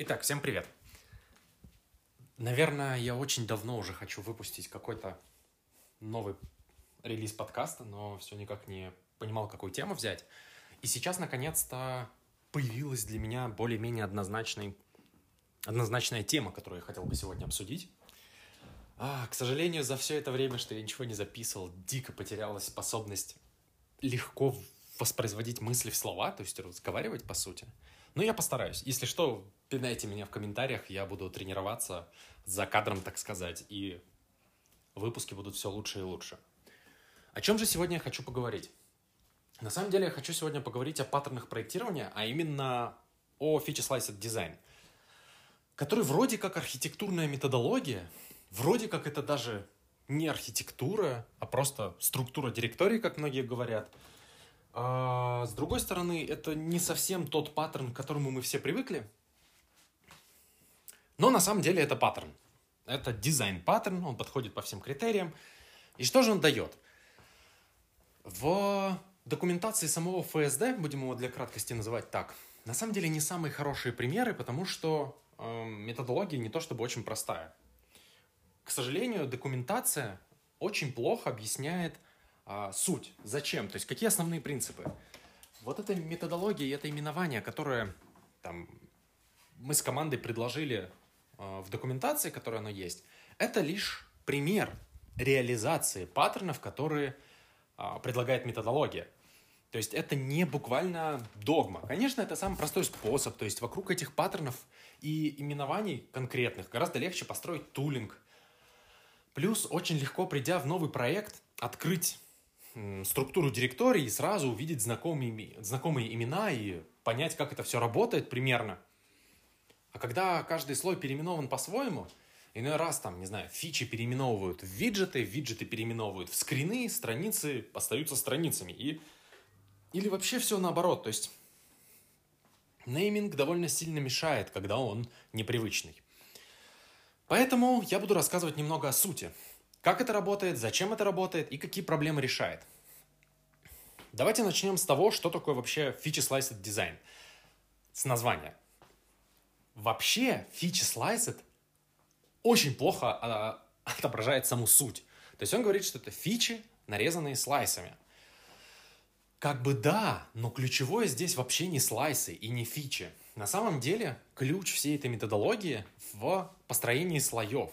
Итак, всем привет. Наверное, я очень давно уже хочу выпустить какой-то новый релиз подкаста, но все никак не понимал, какую тему взять. И сейчас, наконец-то, появилась для меня более-менее однозначная тема, которую я хотел бы сегодня обсудить. К сожалению, за все это время, что я ничего не записывал, дико потерялась способность легко воспроизводить мысли в слова, то есть разговаривать, по сути. Но я постараюсь. Если что, пинайте меня в комментариях, я буду тренироваться за кадром, так сказать, и выпуски будут все лучше и лучше. О чем же сегодня я хочу поговорить? На самом деле я хочу сегодня поговорить о паттернах проектирования, а именно о Feature-Sliced Design, который вроде как архитектурная методология, вроде как это даже не архитектура, а просто структура директории, как многие говорят. А с другой стороны, это не совсем тот паттерн, к которому мы все привыкли. Но на самом деле это паттерн. Это дизайн-паттерн, он подходит по всем критериям. И что же он дает? В документации самого ФСД, будем его для краткости называть так, на самом деле не самые хорошие примеры, потому что методология не то чтобы очень простая. К сожалению, документация очень плохо объясняет суть. Зачем? То есть какие основные принципы? Вот эта методология и это именование, которое мы с командой предложили в документации, которая оно есть, это лишь пример реализации паттернов, которые предлагает методология. То есть это не буквально догма. Конечно, это самый простой способ. То есть вокруг этих паттернов и именований конкретных гораздо легче построить тулинг. Плюс очень легко, придя в новый проект, открыть структуру директории и сразу увидеть знакомые имена и понять, как это все работает примерно. А когда каждый слой переименован по-своему, иной раз фичи переименовывают в виджеты переименовывают в скрины, страницы остаются страницами. Или вообще все наоборот. То есть нейминг довольно сильно мешает, когда он непривычный. Поэтому я буду рассказывать немного о сути. Как это работает, зачем это работает и какие проблемы решает. Давайте начнем с того, что такое вообще Feature-Sliced Design. С названия. Вообще Feature-Sliced очень плохо отображает саму суть. То есть он говорит, что это фичи, нарезанные слайсами. Да, но ключевое здесь вообще не слайсы и не фичи. На самом деле ключ всей этой методологии в построении слоев.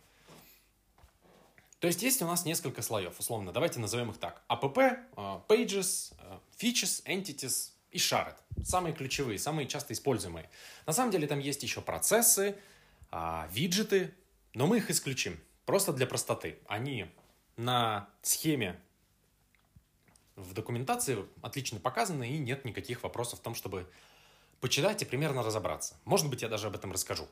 То есть у нас несколько слоев, условно, давайте назовем их так. APP, Pages, Features, Entities и Shared. Самые ключевые, самые часто используемые. На самом деле там есть еще процессы, виджеты, но мы их исключим. Просто для простоты. Они на схеме в документации отлично показаны, и нет никаких вопросов в том, чтобы почитать и примерно разобраться. Может быть, я даже об этом расскажу.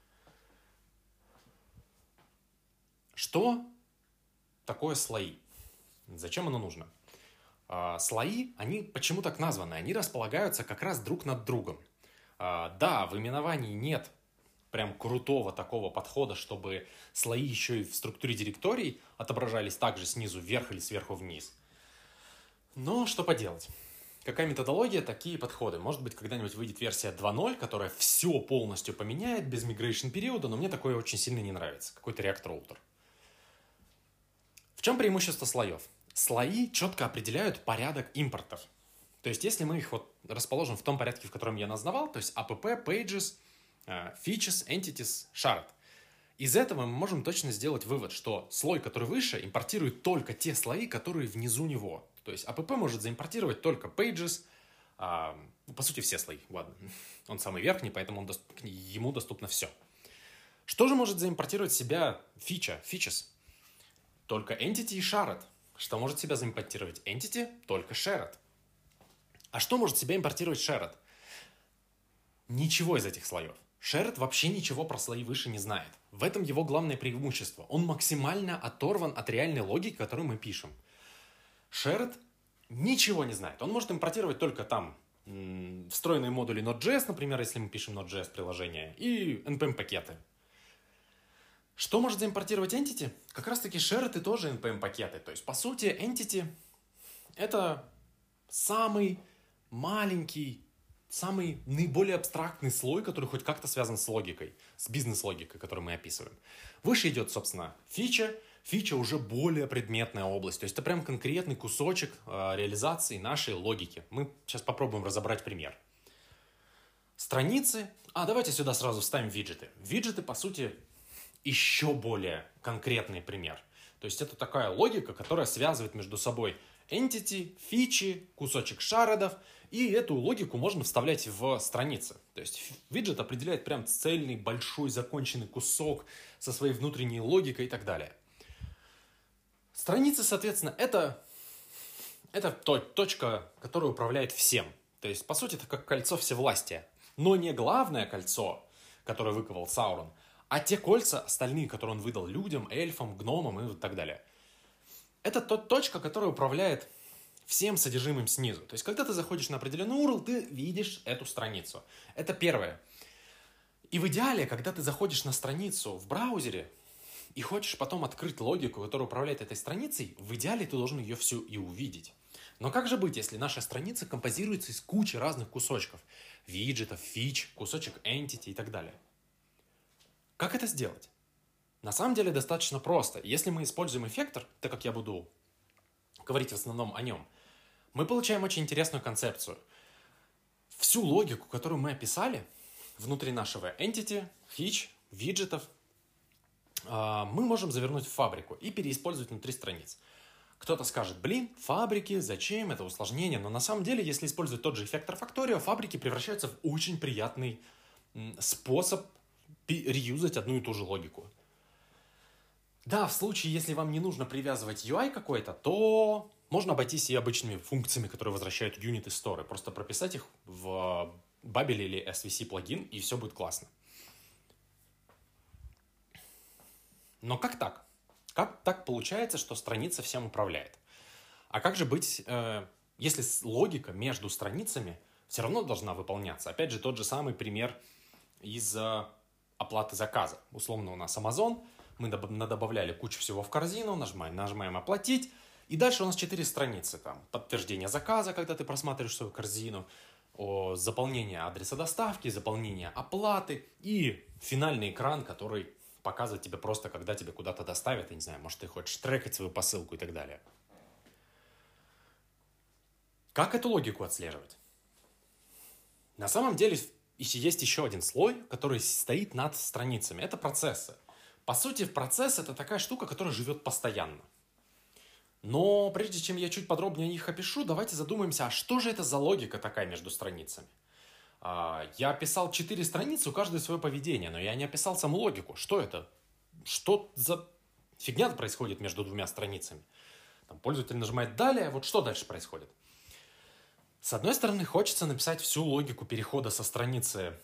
Что такое слои? Зачем оно нужно? Слои, они почему так названы? Они располагаются как раз друг над другом. Да, в именовании нет прям крутого такого подхода, чтобы слои еще и в структуре директорий отображались также снизу вверх или сверху вниз. Но что поделать? Какая методология, такие подходы. Может быть, когда-нибудь выйдет версия 2.0, которая все полностью поменяет без migration периода, но мне такое очень сильно не нравится. Какой-то React Router. В чем преимущество слоев? Слои четко определяют порядок импортов. То есть, если мы их расположим в том порядке, в котором я назвал, то есть app, pages, features, entities, shared. Из этого мы можем точно сделать вывод, что слой, который выше, импортирует только те слои, которые внизу него. То есть app может заимпортировать только pages, по сути все слои, ладно. Он самый верхний, поэтому ему доступно все. Что же может заимпортировать в себя features? Только entity и shared. Что может себя заимпортировать entity? Только shared. А что может себя импортировать shared? Ничего из этих слоев. Shared вообще ничего про слои выше не знает. В этом его главное преимущество. Он максимально оторван от реальной логики, которую мы пишем. Shared ничего не знает. Он может импортировать только встроенные модули Node.js, например, если мы пишем Node.js приложение, и NPM-пакеты. Что может заимпортировать Entity? Как раз-таки shared и тоже NPM-пакеты. То есть, по сути, Entity — это самый маленький самый наиболее абстрактный слой, который хоть как-то связан с логикой, с бизнес-логикой, которую мы описываем. Выше идет, собственно, фича. Фича уже более предметная область. То есть это прям конкретный кусочек реализации нашей логики. Мы сейчас попробуем разобрать пример. Страницы. Давайте сюда сразу вставим виджеты. Виджеты, по сути, еще более конкретный пример. То есть это такая логика, которая связывает между собой entity, фичи, кусочек шардов. И эту логику можно вставлять в страницы. То есть виджет определяет прям цельный, большой, законченный кусок со своей внутренней логикой и так далее. Страницы, соответственно, это точка, которая управляет всем. То есть, по сути, это как кольцо всевластия. Но не главное кольцо, которое выковал Саурон, а те кольца остальные, которые он выдал людям, эльфам, гномам и так далее. Это точка, которая управляет всем содержимым снизу. То есть, когда ты заходишь на определенный URL, ты видишь эту страницу. Это первое. И в идеале, когда ты заходишь на страницу в браузере и хочешь потом открыть логику, которая управляет этой страницей, в идеале ты должен ее всю и увидеть. Но как же быть, если наша страница композируется из кучи разных кусочков? Виджетов, фич, кусочек entity и так далее. Как это сделать? На самом деле достаточно просто. Если мы используем эффектор, так как я буду говорить в основном о нем, мы получаем очень интересную концепцию. Всю логику, которую мы описали внутри нашего entity, фич, виджетов, мы можем завернуть в фабрику и переиспользовать внутри страниц. Кто-то скажет, фабрики, зачем, это усложнение. Но на самом деле, если использовать тот же эффектор Factorio, фабрики превращаются в очень приятный способ реюзать одну и ту же логику. Да, в случае, если вам не нужно привязывать UI какой-то, то можно обойтись и обычными функциями, которые возвращают юниты сторы. Просто прописать их в Babel или SVC плагин, и все будет классно. Но как так? Как так получается, что страница всем управляет? А как же быть, если логика между страницами все равно должна выполняться? Опять же, тот же самый пример из оплаты заказа. Условно у нас Amazon, мы добавляли кучу всего в корзину, нажимаем «Оплатить», и дальше у нас 4 страницы. Там подтверждение заказа, когда ты просматриваешь свою корзину, заполнение адреса доставки, заполнение оплаты и финальный экран, который показывает тебе просто, когда тебе куда-то доставят, я не знаю, может, ты хочешь трекать свою посылку и так далее. Как эту логику отслеживать? На самом деле есть еще один слой, который стоит над страницами. Это процессы. По сути, процесс — это такая штука, которая живет постоянно. Но прежде чем я чуть подробнее о них опишу, давайте задумаемся, а что же это за логика такая между страницами? Я описал 4 страницы, у каждой свое поведение, но я не описал саму логику. Что это? Что за фигня происходит между двумя страницами? Там пользователь нажимает «Далее», вот что дальше происходит? С одной стороны, хочется написать всю логику перехода со страницы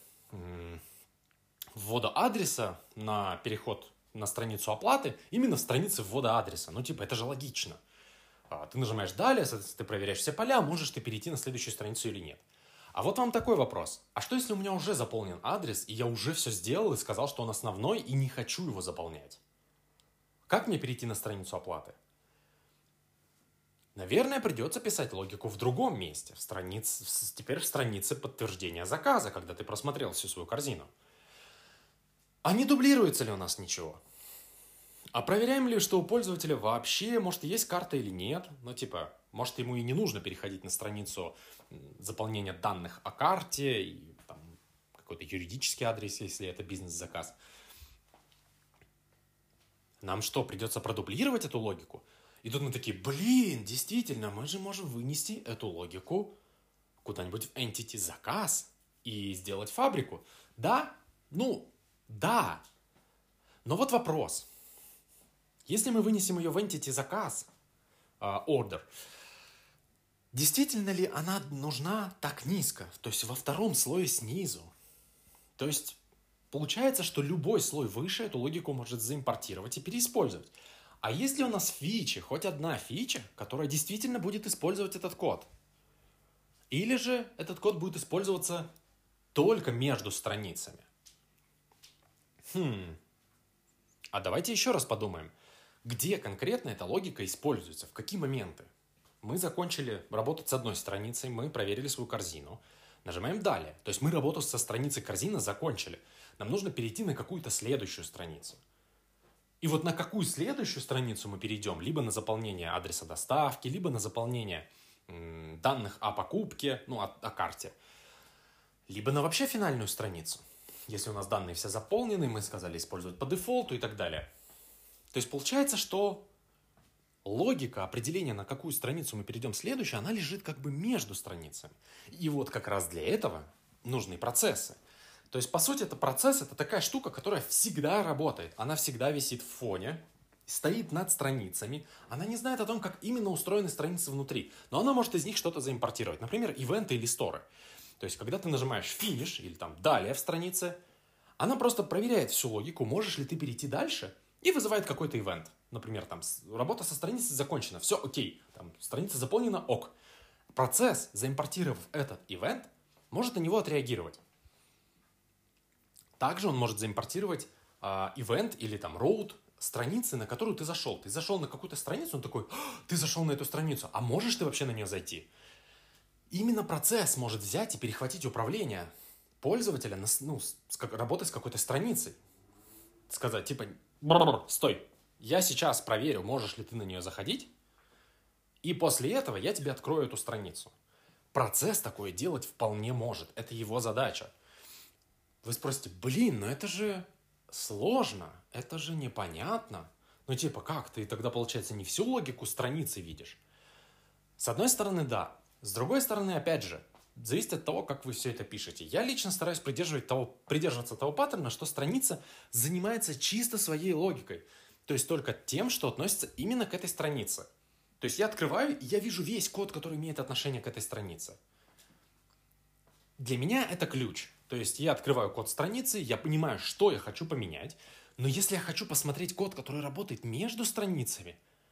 ввода адреса на переход на страницу оплаты именно в странице ввода адреса. Это же логично. Ты нажимаешь «Далее», ты проверяешь все поля, можешь ты перейти на следующую страницу или нет. А вот вам такой вопрос. А что, если у меня уже заполнен адрес, и я уже все сделал и сказал, что он основной, и не хочу его заполнять? Как мне перейти на страницу оплаты? Наверное, придется писать логику в другом месте, теперь в странице подтверждения заказа, когда ты просмотрел всю свою корзину. А не дублируется ли у нас ничего? А проверяем ли, что у пользователя вообще, может, есть карта или нет? Может, ему и не нужно переходить на страницу заполнения данных о карте, и там какой-то юридический адрес, если это бизнес-заказ. Нам что, придется продублировать эту логику? И тут мы такие, действительно, мы же можем вынести эту логику куда-нибудь в entity заказ и сделать фабрику. Да? Да. Но вот вопрос. Если мы вынесем ее в entity заказ, order, действительно ли она нужна так низко? То есть во втором слое снизу. То есть получается, что любой слой выше эту логику может заимпортировать и переиспользовать. А если у нас в фиче хоть одна фича, которая действительно будет использовать этот код? Или же этот код будет использоваться только между страницами? А давайте еще раз подумаем. Где конкретно эта логика используется? В какие моменты? Мы закончили работать с одной страницей, мы проверили свою корзину. Нажимаем «Далее». То есть мы работу со страницей корзины закончили. Нам нужно перейти на какую-то следующую страницу. И вот на какую следующую страницу мы перейдем? Либо на заполнение адреса доставки, либо на заполнение данных о покупке, ну, о карте. Либо на вообще финальную страницу. Если у нас данные все заполнены, мы сказали использовать по дефолту и так далее. То есть получается, что логика определения, на какую страницу мы перейдем следующую, она лежит как бы между страницами. И вот как раз для этого нужны процессы. То есть, по сути, это процесс, это такая штука, которая всегда работает. Она всегда висит в фоне, стоит над страницами. Она не знает о том, как именно устроены страницы внутри. Но она может из них что-то заимпортировать. Например, ивенты или сторы. То есть, когда ты нажимаешь «Финиш» или там «Далее» в странице, она просто проверяет всю логику, можешь ли ты перейти дальше, и вызывает какой-то ивент. Например, там работа со страницей закончена, все окей, там, страница заполнена, ок. Процесс, заимпортировав этот ивент, может на него отреагировать. Также он может заимпортировать ивент или там роут страницы, на которую ты зашел. Ты зашел на какую-то страницу, он такой: ты зашел на эту страницу, а можешь ты вообще на нее зайти? Именно процесс может взять и перехватить управление пользователя, работать с какой-то страницей. Сказать типа: стой, я сейчас проверю, можешь ли ты на нее заходить, и после этого я тебе открою эту страницу. Процесс такое делать вполне может, это его задача. Вы спросите: но это же сложно, это же непонятно. Ну типа как, ты тогда, получается, не всю логику страницы видишь? С одной стороны, да. С другой стороны, опять же, зависит от того, как вы все это пишете. Я лично стараюсь придерживаться того паттерна, что страница занимается чисто своей логикой. То есть только тем, что относится именно к этой странице. То есть я открываю, и я вижу весь код, который имеет отношение к этой странице. Для меня это ключ. То есть я открываю код страницы, я понимаю, что я хочу поменять. Но если я хочу посмотреть код, который работает между страницами,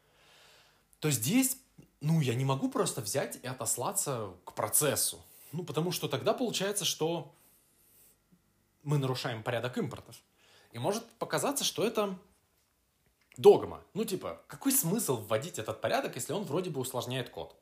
то здесь, я не могу просто взять и отослаться к процессу. Потому что тогда получается, что мы нарушаем порядок импортов. И может показаться, что это догма. Какой смысл вводить этот порядок, если он вроде бы усложняет код?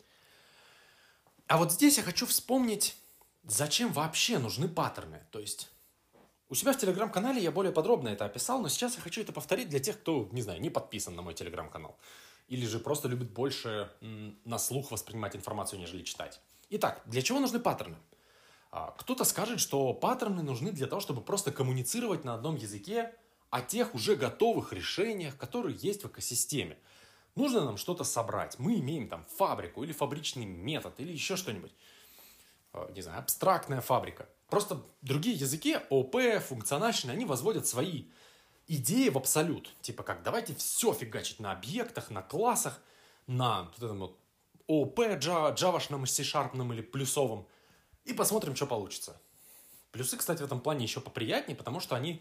А вот здесь я хочу вспомнить, зачем вообще нужны паттерны. То есть у себя в Телеграм-канале я более подробно это описал, но сейчас я хочу это повторить для тех, кто, не подписан на мой Телеграм-канал. Или же просто любит больше на слух воспринимать информацию, нежели читать. Итак, для чего нужны паттерны? Кто-то скажет, что паттерны нужны для того, чтобы просто коммуницировать на одном языке о тех уже готовых решениях, которые есть в экосистеме. Нужно нам что-то собрать. Мы имеем там фабрику или фабричный метод или еще что-нибудь. Абстрактная фабрика. Просто другие языки, ООП, функциональщина, они возводят свои идеи в абсолют. Давайте все фигачить на объектах, на классах, на ООП, джавашном, C-шарпном или плюсовом. И посмотрим, что получится. Плюсы, кстати, в этом плане еще поприятнее, потому что они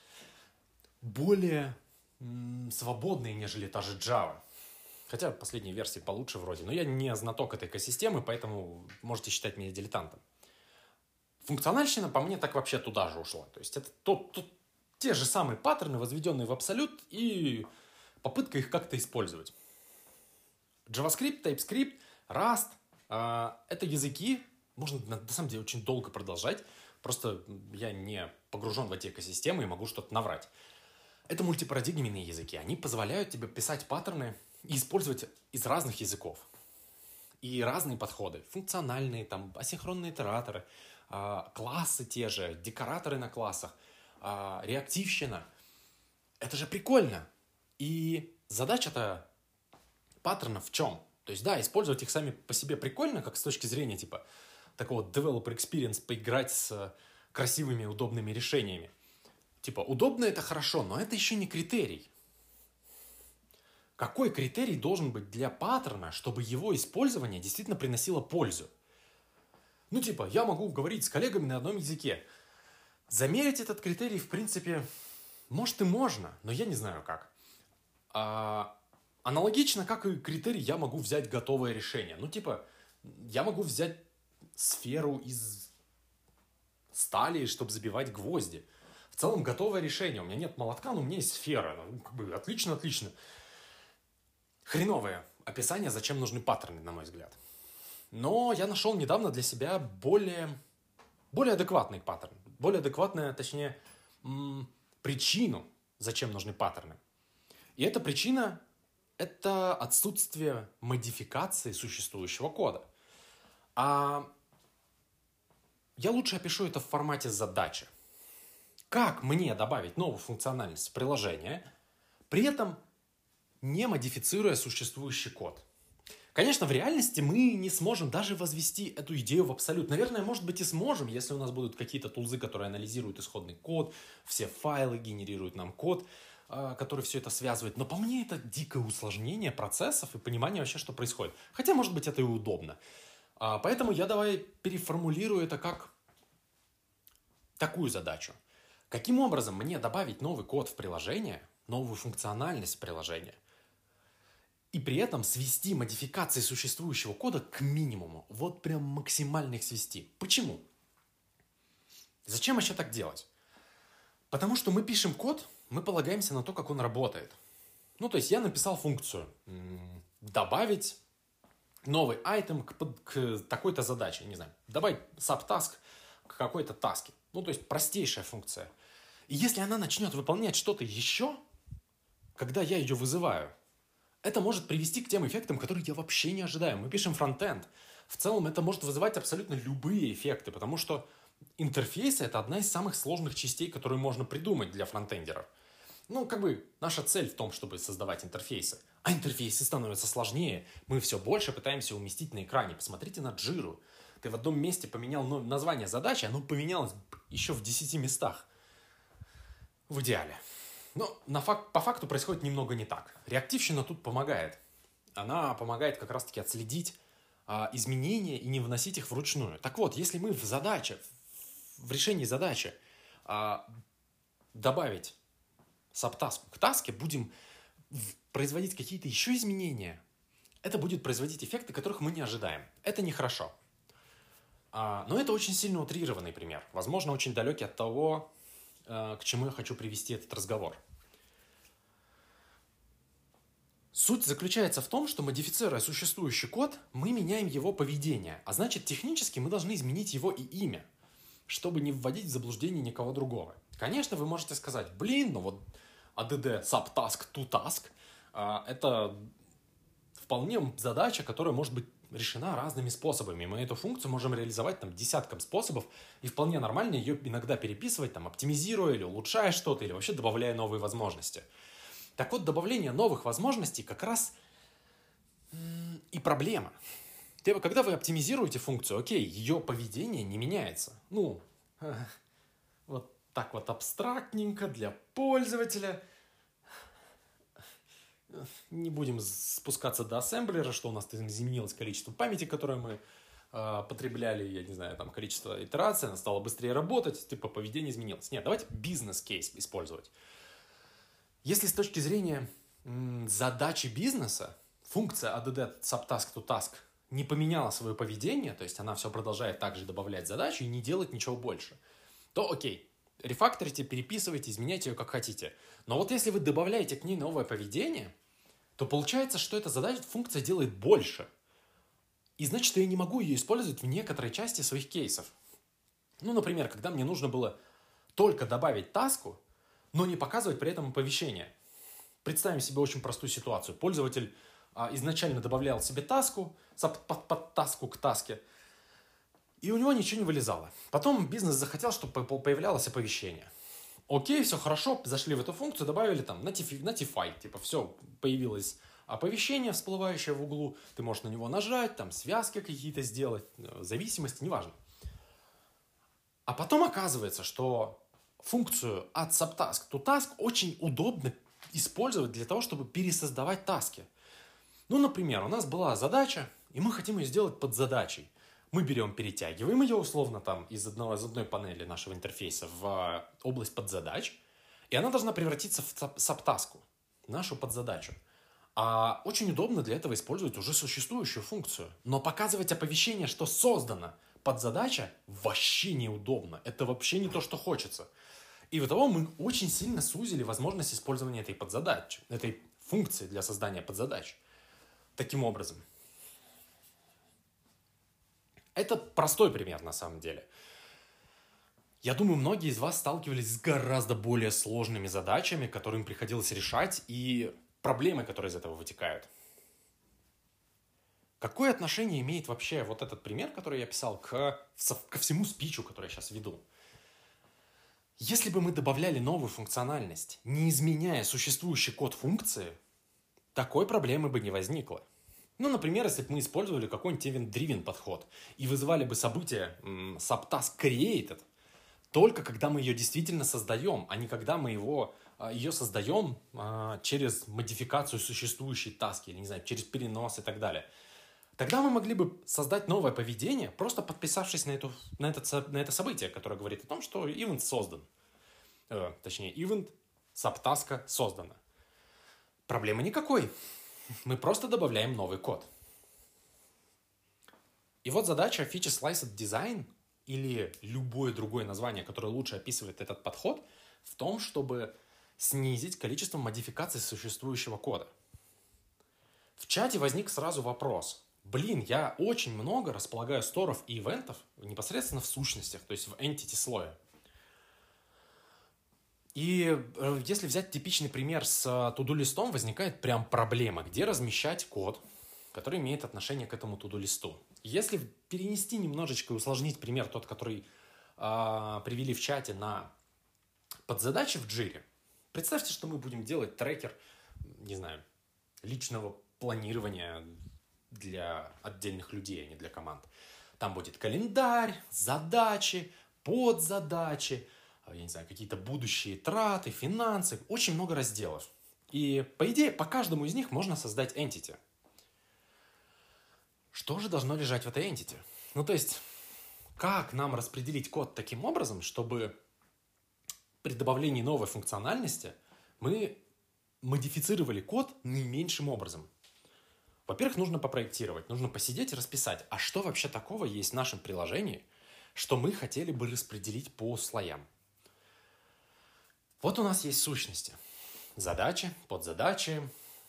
более свободные, нежели та же Java. Хотя последние версии получше вроде. Но я не знаток этой экосистемы, поэтому можете считать меня дилетантом. Функциональщина, по мне, так вообще туда же ушла. То есть это те же самые паттерны, возведенные в абсолют, и попытка их как-то использовать. JavaScript, TypeScript, Rust это языки, можно на самом деле очень долго продолжать, просто я не погружен в эти экосистемы и могу что-то наврать. Это мультипарадигменные языки, они позволяют тебе писать паттерны и использовать из разных языков. И разные подходы, функциональные, асинхронные итераторы, классы те же, декораторы на классах, реактивщина. Это же прикольно. И задача-то паттернов в чем? То есть, да, использовать их сами по себе прикольно, как с точки зрения, такого developer experience, поиграть с красивыми, удобными решениями. Удобно это хорошо, но это еще не критерий. Какой критерий должен быть для паттерна, чтобы его использование действительно приносило пользу? Я могу говорить с коллегами на одном языке. Замерить этот критерий, в принципе, может и можно, но я не знаю как. Аналогично, как и критерий, я могу взять готовое решение. Я могу взять сферу из стали, чтобы забивать гвозди. В целом, готовое решение. У меня нет молотка, но у меня есть сфера. Отлично. Хреновое описание, зачем нужны паттерны, на мой взгляд. Но я нашел недавно для себя более адекватный паттерн. Более адекватная, точнее, причину, зачем нужны паттерны. И эта причина – это отсутствие модификации существующего кода. А я лучше опишу это в формате задачи. Как мне добавить новую функциональность в приложение, при этом не модифицируя существующий код? Конечно, в реальности мы не сможем даже возвести эту идею в абсолют. Наверное, может быть и сможем, если у нас будут какие-то тулзы, которые анализируют исходный код, все файлы генерируют нам код, который все это связывает. Но по мне это дикое усложнение процессов и понимание вообще, что происходит. Хотя, может быть, это и удобно. Поэтому я давай переформулирую это как такую задачу. Каким образом мне добавить новый код в приложение, новую функциональность в приложение, и при этом свести модификации существующего кода к минимуму. Вот прям максимально их свести. Почему? Зачем еще так делать? Потому что мы пишем код, мы полагаемся на то, как он работает. Ну, то есть я написал функцию добавить новый айтем к такой-то задаче. Не знаю, добавить subtask к какой-то таске. Ну, то есть простейшая функция. И если она начнет выполнять что-то еще, когда я ее вызываю, это может привести к тем эффектам, которые я вообще не ожидаю. Мы пишем фронтенд. В целом это может вызывать абсолютно любые эффекты, потому что интерфейсы – это одна из самых сложных частей, которую можно придумать для фронтендеров. Ну, как бы наша цель в том, чтобы создавать интерфейсы. А интерфейсы становятся сложнее. Мы все больше пытаемся уместить на экране. Посмотрите на Jira. Ты в одном месте поменял название задачи, оно поменялось еще в 10 местах. В идеале. Но по факту происходит немного не так. Реактивщина тут помогает. Она помогает как раз-таки отследить изменения и не вносить их вручную. Так вот, если мы в решении задачи добавить subtask к таске, будем производить какие-то еще изменения, это будет производить эффекты, которых мы не ожидаем. Это нехорошо. Но это очень сильно утрированный пример. Возможно, очень далекий от того, к чему я хочу привести этот разговор. Суть заключается в том, что, модифицируя существующий код, мы меняем его поведение. А значит, технически мы должны изменить его и имя, чтобы не вводить в заблуждение никого другого. Конечно, вы можете сказать, ну вот add subtask to task это вполне задача, которая может быть решена разными способами. Мы эту функцию можем реализовать десятком способов, и вполне нормально ее иногда переписывать, оптимизируя или улучшая что-то, или вообще добавляя новые возможности. Так вот, добавление новых возможностей как раз и проблема. Когда вы оптимизируете функцию, окей, ее поведение не меняется. Вот так вот абстрактненько для пользователя. Не будем спускаться до ассемблера, что у нас изменилось количество памяти, которое мы потребляли, я не знаю, количество итераций, она стала быстрее работать, поведение изменилось. Нет, давайте бизнес-кейс использовать. Если с точки зрения задачи бизнеса функция add subtask to task не поменяла свое поведение, то есть она все продолжает также добавлять задачу и не делать ничего больше, то окей, рефакторите, переписывайте, изменяйте ее как хотите. Но вот если вы добавляете к ней новое поведение, то получается, что эта функция делает больше. И значит, я не могу ее использовать в некоторой части своих кейсов. Например, когда мне нужно было только добавить таску, но не показывать при этом оповещение. Представим себе очень простую ситуацию. Пользователь изначально добавлял себе таску, под таску к таске, и у него ничего не вылезало. Потом бизнес захотел, чтобы появлялось оповещение. Окей, все хорошо, зашли в эту функцию, добавили notify, все, появилось оповещение, всплывающее в углу, ты можешь на него нажать, связки какие-то сделать, зависимости, неважно. А потом оказывается, что функцию add subtask to task очень удобно использовать для того, чтобы пересоздавать таски. Например, у нас была задача, и мы хотим ее сделать под задачей. Мы берем, перетягиваем ее условно из одной панели нашего интерфейса в область подзадач, и она должна превратиться в subtask, нашу подзадачу. А очень удобно для этого использовать уже существующую функцию. Но показывать оповещение, что создана подзадача, вообще неудобно. Это вообще не то, что хочется. И в итоге мы очень сильно сузили возможность использования этой подзадачи, этой функции для создания подзадач. Таким образом. Это простой пример на самом деле. Я думаю, многие из вас сталкивались с гораздо более сложными задачами, которые им приходилось решать, и проблемы, которые из этого вытекают. Какое отношение имеет вообще вот этот пример, который я писал, ко всему спичу, который я сейчас веду? Если бы мы добавляли новую функциональность, не изменяя существующий код функции, такой проблемы бы не возникло. Ну, например, если бы мы использовали какой-нибудь event-driven подход и вызывали бы событие subtask created, только когда мы ее действительно создаем, а не когда мы ее создаем через модификацию существующей таски, или, не знаю, через перенос и так далее. Тогда мы могли бы создать новое поведение, просто подписавшись на это событие, которое говорит о том, что event создан. Точнее, event subtask создана. Проблемы никакой. Мы просто добавляем новый код. И вот задача Feature Sliced Design или любое другое название, которое лучше описывает этот подход, в том, чтобы снизить количество модификаций существующего кода. В чате возник сразу вопрос. Я очень много располагаю сторов и ивентов непосредственно в сущностях, то есть в entity слое. И если взять типичный пример с to-do-листом, возникает прям проблема, где размещать код, который имеет отношение к этому to-do-листу. Если перенести немножечко и усложнить пример, тот, который привели в чате на подзадачи в Jira, представьте, что мы будем делать трекер, не знаю, личного планирования для отдельных людей, а не для команд. Там будет календарь, задачи, подзадачи, я не знаю, какие-то будущие траты, финансы, очень много разделов. И, по идее, по каждому из них можно создать entity. Что же должно лежать в этой entity? Ну, то есть, как нам распределить код таким образом, чтобы при добавлении новой функциональности мы модифицировали код наименьшим образом? Во-первых, нужно попроектировать, нужно посидеть и расписать, а что вообще такого есть в нашем приложении, что мы хотели бы распределить по слоям. Вот у нас есть сущности. Задачи, подзадачи.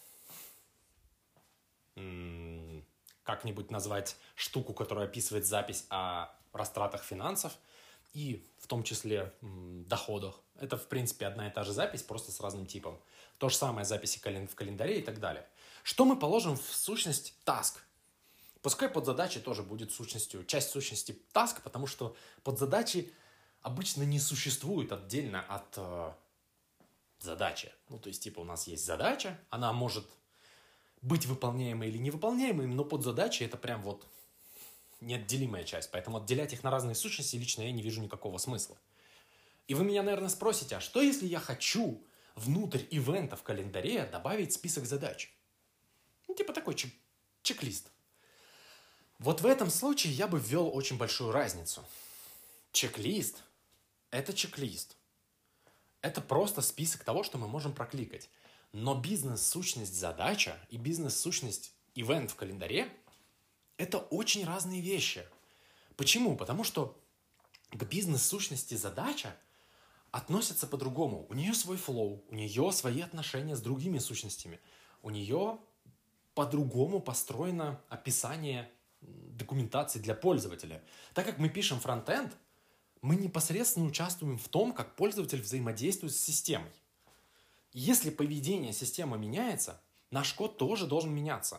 Как-нибудь назвать штуку, которая описывает запись о растратах финансов и в том числе доходах. Это, в принципе, одна и та же запись, просто с разным типом. То же самое записи в календаре и так далее. Что мы положим в сущность task? Пускай подзадачи тоже будет часть сущности task, потому что подзадачи обычно не существуют отдельно от задачи. Ну, то есть, у нас есть задача, она может быть выполняемой или невыполняемой, но подзадачи это прям вот неотделимая часть. Поэтому отделять их на разные сущности лично я не вижу никакого смысла. И вы меня, наверное, спросите, а что если я хочу внутрь ивента в календаре добавить список задач? Такой чек-лист. Вот в этом случае я бы ввел очень большую разницу. Чек-лист – это чек-лист. Это просто список того, что мы можем прокликать. Но бизнес-сущность задача и бизнес-сущность ивент в календаре – это очень разные вещи. Почему? Потому что к бизнес-сущности задача относится по-другому. У нее свой флоу, у нее свои отношения с другими сущностями. У нее по-другому построено описание документации для пользователя. Так как мы пишем фронтенд, мы непосредственно участвуем в том, как пользователь взаимодействует с системой. Если поведение системы меняется, наш код тоже должен меняться.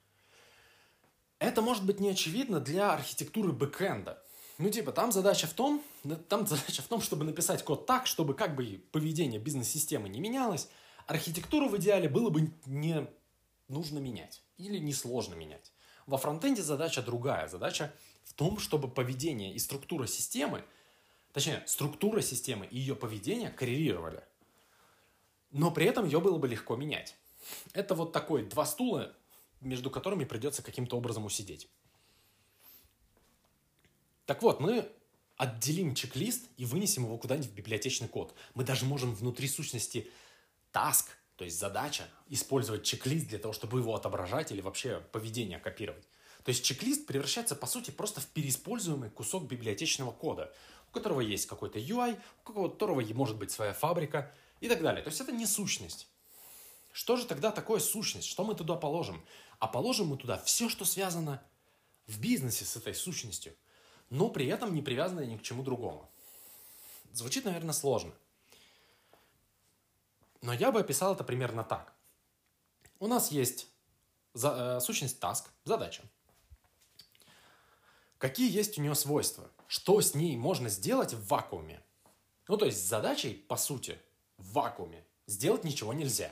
Это может быть не очевидно для архитектуры бэкэнда. Там задача в том, чтобы написать код так, чтобы поведение бизнес-системы не менялось. Архитектуру в идеале было бы не нужно менять или несложно менять. Во фронтенде задача другая. Задача в том, чтобы поведение и структура системы и ее поведение коррелировали. Но при этом ее было бы легко менять. Это вот такой два стула, между которыми придется каким-то образом усидеть. Так вот, мы отделим чек-лист и вынесем его куда-нибудь в библиотечный код. Мы даже можем внутри сущности task, то есть задача, использовать чек-лист для того, чтобы его отображать или вообще поведение копировать. То есть чек-лист превращается, по сути, просто в переиспользуемый кусок библиотечного кода, у которого есть какой-то UI, у которого может быть своя фабрика и так далее. То есть это не сущность. Что же тогда такое сущность? Что мы туда положим? А положим мы туда все, что связано в бизнесе с этой сущностью, но при этом не привязанная ни к чему другому. Звучит, наверное, сложно. Но я бы описал это примерно так. У нас есть сущность task, задача. Какие есть у нее свойства? Что с ней можно сделать в вакууме? Ну, то есть с задачей, по сути, в вакууме сделать ничего нельзя.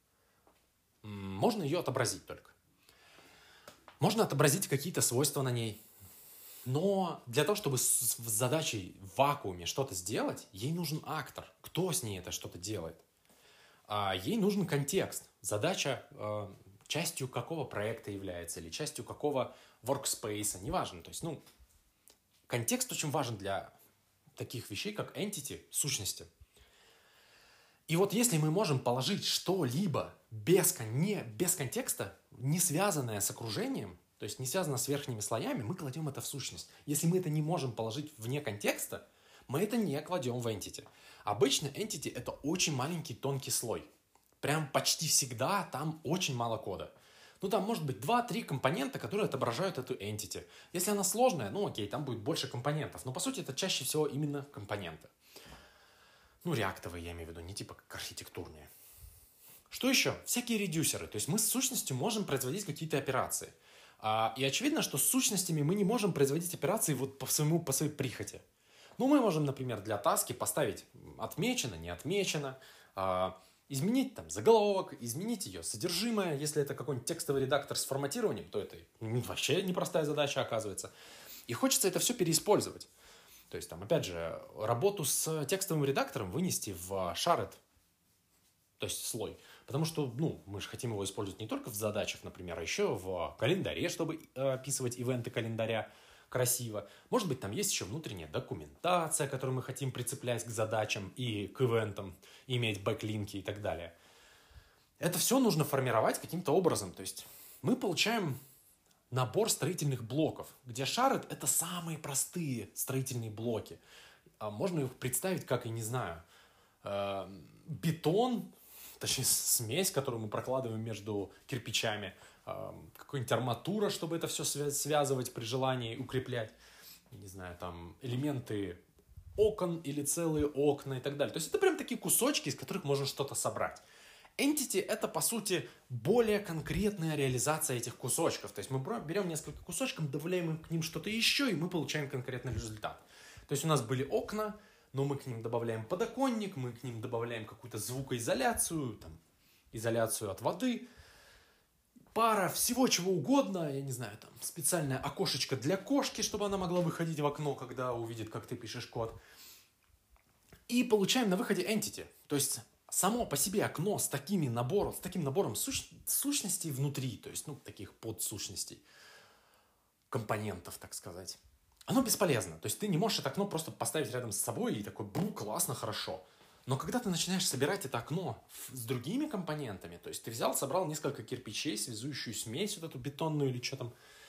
Можно ее отобразить только. Можно отобразить какие-то свойства на ней. Но для того, чтобы с задачей в вакууме что-то сделать, ей нужен актор. Кто с ней это что-то делает? Ей нужен контекст. Задача частью какого проекта является или частью какого workspace, неважно. То есть, контекст очень важен для таких вещей, как entity, сущности. И вот если мы можем положить что-либо без контекста, не связанное с окружением, то есть не связано с верхними слоями, мы кладем это в сущность. Если мы это не можем положить вне контекста, мы это не кладем в entity. Обычно entity — это очень маленький тонкий слой. Прям почти всегда там очень мало кода. Там может быть 2-3 компонента, которые отображают эту entity. Если она сложная, окей, там будет больше компонентов. Но по сути это чаще всего именно компоненты. Реактовые я имею в виду, не типа как архитектурные. Что еще? Всякие редюсеры. То есть мы с сущностью можем производить какие-то операции. И очевидно, что с сущностями мы не можем производить операции вот по своей прихоти. Мы можем, например, для таски поставить отмечено, не отмечено, изменить там заголовок, изменить ее содержимое. Если это какой-нибудь текстовый редактор с форматированием, то это вообще непростая задача оказывается. И хочется это все переиспользовать. То есть, опять же, работу с текстовым редактором вынести в shared, то есть слой. Потому что, мы же хотим его использовать не только в задачах, например, а еще в календаре, чтобы описывать ивенты календаря красиво. Может быть, там есть еще внутренняя документация, которую мы хотим прицеплять к задачам и к ивентам, иметь бэклинки и так далее. Это все нужно формировать каким-то образом. То есть мы получаем набор строительных блоков, где shared — это самые простые строительные блоки. Можно их представить как, бетон, точнее смесь, которую мы прокладываем между кирпичами, какая-нибудь арматура, чтобы это все связывать при желании, укреплять, элементы окон или целые окна и так далее. То есть это прям такие кусочки, из которых можно что-то собрать. Entity — это, по сути, более конкретная реализация этих кусочков. То есть мы берем несколько кусочков, добавляем к ним что-то еще, и мы получаем конкретный результат. То есть у нас были окна, но мы к ним добавляем подоконник, мы к ним добавляем какую-то звукоизоляцию, изоляцию от воды, пара всего чего угодно, специальное окошечко для кошки, чтобы она могла выходить в окно, когда увидит, как ты пишешь код. И получаем на выходе entity. То есть само по себе окно с таким набором сущностей внутри, то есть, таких подсущностей, компонентов, так сказать, оно бесполезно. То есть ты не можешь это окно просто поставить рядом с собой и такой, классно, хорошо. Но когда ты начинаешь собирать это окно с другими компонентами, то есть ты собрал несколько кирпичей, связующую смесь, вот эту бетонную или что там,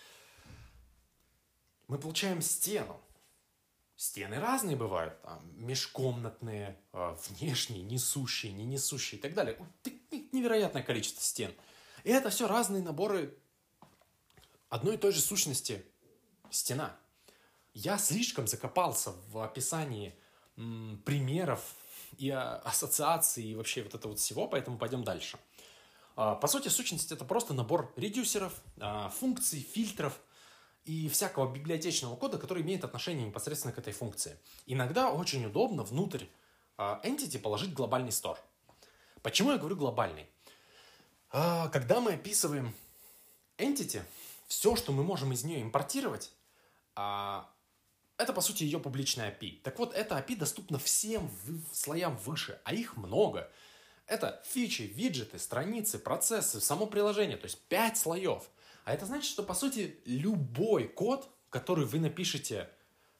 мы получаем стену. Стены разные бывают, межкомнатные, внешние, несущие, не несущие и так далее. Невероятное количество стен. И это все разные наборы одной и той же сущности – стена. Я слишком закопался в описании примеров и ассоциаций и вообще вот этого всего, поэтому пойдем дальше. По сути, сущность — это просто набор редюсеров, функций, фильтров и всякого библиотечного кода, который имеет отношение непосредственно к этой функции. Иногда очень удобно внутрь entity положить глобальный стор. Почему я говорю глобальный? Когда мы описываем entity, все, что мы можем из нее импортировать, это, по сути, ее публичная API. Так вот, эта API доступна всем слоям выше, а их много. Это фичи, виджеты, страницы, процессы, само приложение, то есть 5 слоев. А это значит, что, по сути, любой код, который вы напишете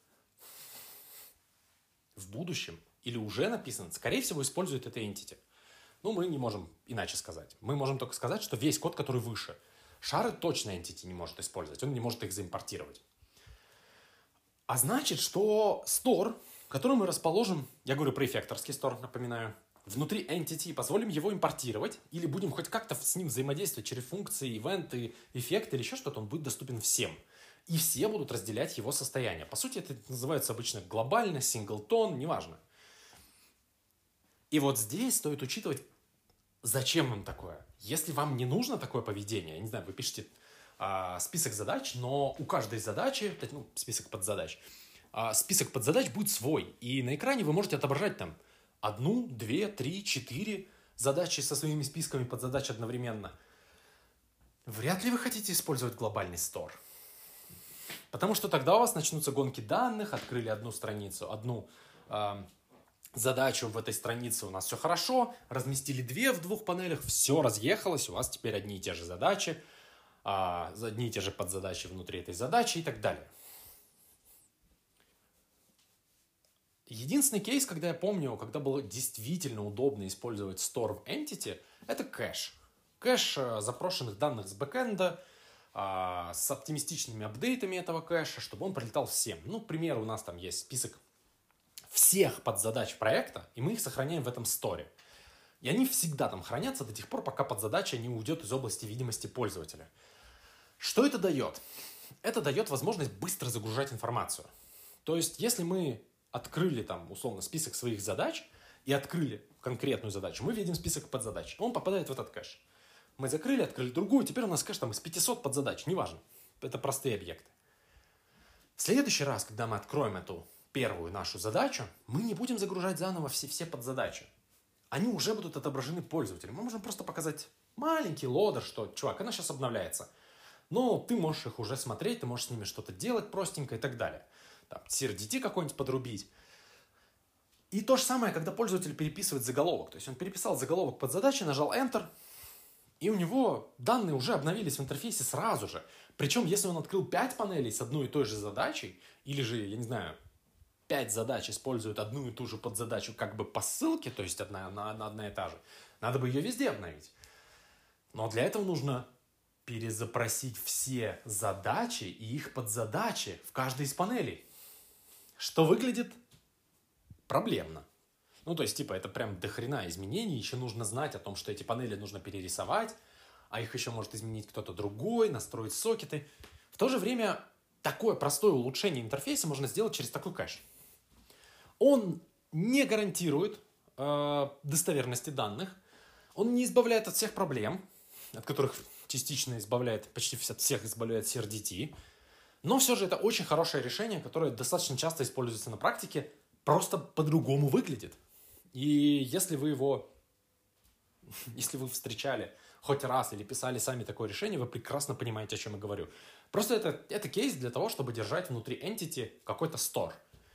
в будущем или уже написан, скорее всего, использует это entity. Мы не можем иначе сказать. Мы можем только сказать, что весь код, который выше. Shared точно entity не может использовать, он не может их заимпортировать. А значит, что store, который мы расположим, я говорю про эффекторский store, напоминаю, внутри entity, позволим его импортировать, или будем хоть как-то с ним взаимодействовать через функции, ивенты, эффекты или еще что-то, он будет доступен всем. И все будут разделять его состояние. По сути, это называется обычно глобально, синглтон, неважно. И вот здесь стоит учитывать, зачем вам такое. Если вам не нужно такое поведение, я не знаю, вы пишете список задач, но у каждой задачи, список подзадач, список подзадач будет свой. И на экране вы можете отображать там 1, 2, 3, 4 задачи со своими списками подзадач одновременно. Вряд ли вы хотите использовать глобальный стор. Потому что тогда у вас начнутся гонки данных, открыли одну страницу, одну задачу в этой странице, у нас все хорошо, разместили 2 в 2 панелях, все разъехалось, у вас теперь одни и те же задачи, одни и те же подзадачи внутри этой задачи и так далее. Единственный кейс, когда я помню, когда было действительно удобно использовать store в Entity, это кэш. Кэш запрошенных данных с бэкэнда, с оптимистичными апдейтами этого кэша, чтобы он прилетал всем. Ну, к примеру, у нас там есть список всех подзадач проекта, и мы их сохраняем в этом сторе. И они всегда там хранятся до тех пор, пока подзадача не уйдет из области видимости пользователя. Что это дает? Это дает возможность быстро загружать информацию. То есть, если мы открыли там, условно, список своих задач и открыли конкретную задачу, мы видим список подзадач, он попадает в этот кэш. Мы закрыли, открыли другую, теперь у нас кэш там из 500 подзадач, неважно. Это простые объекты. В следующий раз, когда мы откроем эту первую нашу задачу, мы не будем загружать заново все подзадачи. Они уже будут отображены пользователям. Мы можем просто показать маленький лодер, что, чувак, она сейчас обновляется. Но ты можешь их уже смотреть, ты можешь с ними что-то делать простенько и так далее. Там, CRDT какой-нибудь подрубить. И то же самое, когда пользователь переписывает заголовок. То есть он переписал заголовок под задачи, нажал Enter, и у него данные уже обновились в интерфейсе сразу же. Причем, если он открыл 5 панелей с одной и той же задачей, или же, я не знаю, 5 задач используют одну и ту же подзадачу как бы по ссылке, то есть одна и та же, надо бы ее везде обновить. Но для этого нужно перезапросить все задачи и их подзадачи в каждой из панелей. Что выглядит проблемно. Ну, то есть, это прям дохрена изменений. Еще нужно знать о том, что эти панели нужно перерисовать, а их еще может изменить кто-то другой, настроить сокеты. В то же время, такое простое улучшение интерфейса можно сделать через такой кэш. Он не гарантирует достоверности данных, он не избавляет от всех проблем, от которых частично избавляет, почти от всех избавляет CRDT, но все же это очень хорошее решение, которое достаточно часто используется на практике, просто по-другому выглядит. И если вы встречали хоть раз или писали сами такое решение, вы прекрасно понимаете, о чем я говорю. Просто это кейс для того, чтобы держать внутри Entity какой-то store.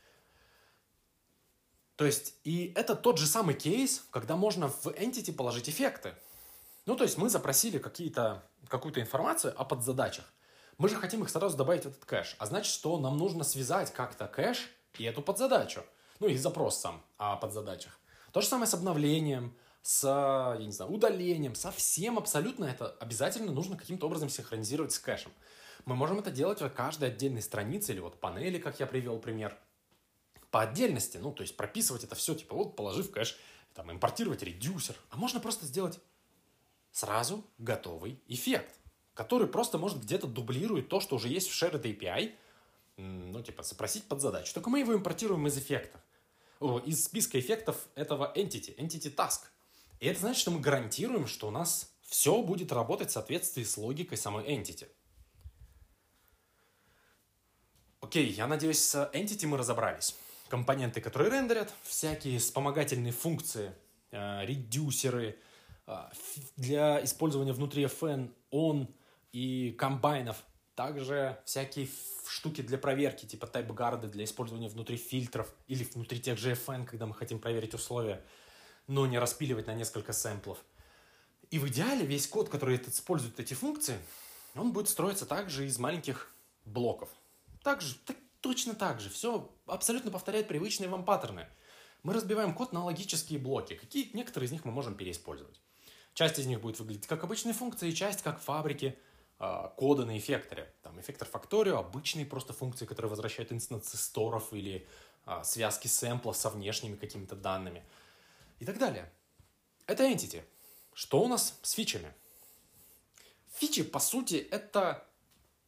То есть, и это тот же самый кейс, когда можно в Entity положить эффекты. Ну, то есть, мы запросили какую-то информацию о подзадачах. Мы же хотим их сразу добавить в этот кэш. А значит, что нам нужно связать как-то кэш и эту подзадачу. Ну, и запрос сам о подзадачах. То же самое с обновлением, с, удалением, со всем абсолютно это обязательно нужно каким-то образом синхронизировать с кэшем. Мы можем это делать в каждой отдельной странице или панели, как я привел пример, по отдельности. Ну, то есть прописывать это все, положив кэш, импортировать редюсер. А можно просто сделать сразу готовый эффект, который просто, может, где-то дублирует то, что уже есть в Shared API, запросить подзадачу. Только мы его импортируем из эффектов. Из списка эффектов этого Entity Task. И это значит, что мы гарантируем, что у нас все будет работать в соответствии с логикой самой Entity. Окей, я надеюсь, с Entity мы разобрались. Компоненты, которые рендерят, всякие вспомогательные функции, редюсеры, для использования внутри FN, on и комбайнов. Также всякие штуки для проверки, типа тайп-гарды для использования внутри фильтров или внутри тех же FN, когда мы хотим проверить условия, но не распиливать на несколько сэмплов. И в идеале весь код, который использует эти функции, он будет строиться также из маленьких блоков. Точно так же. Все абсолютно повторяет привычные вам паттерны. Мы разбиваем код на логические блоки. Некоторые из них мы можем переиспользовать. Часть из них будет выглядеть как обычные функции, часть как фабрики кода на эффекторе. Эффектор Factorio, обычные просто функции, которые возвращают инстансы сторов или связки сэмплов со внешними какими-то данными и так далее. Это Entity. Что у нас с фичами? Фичи, по сути, это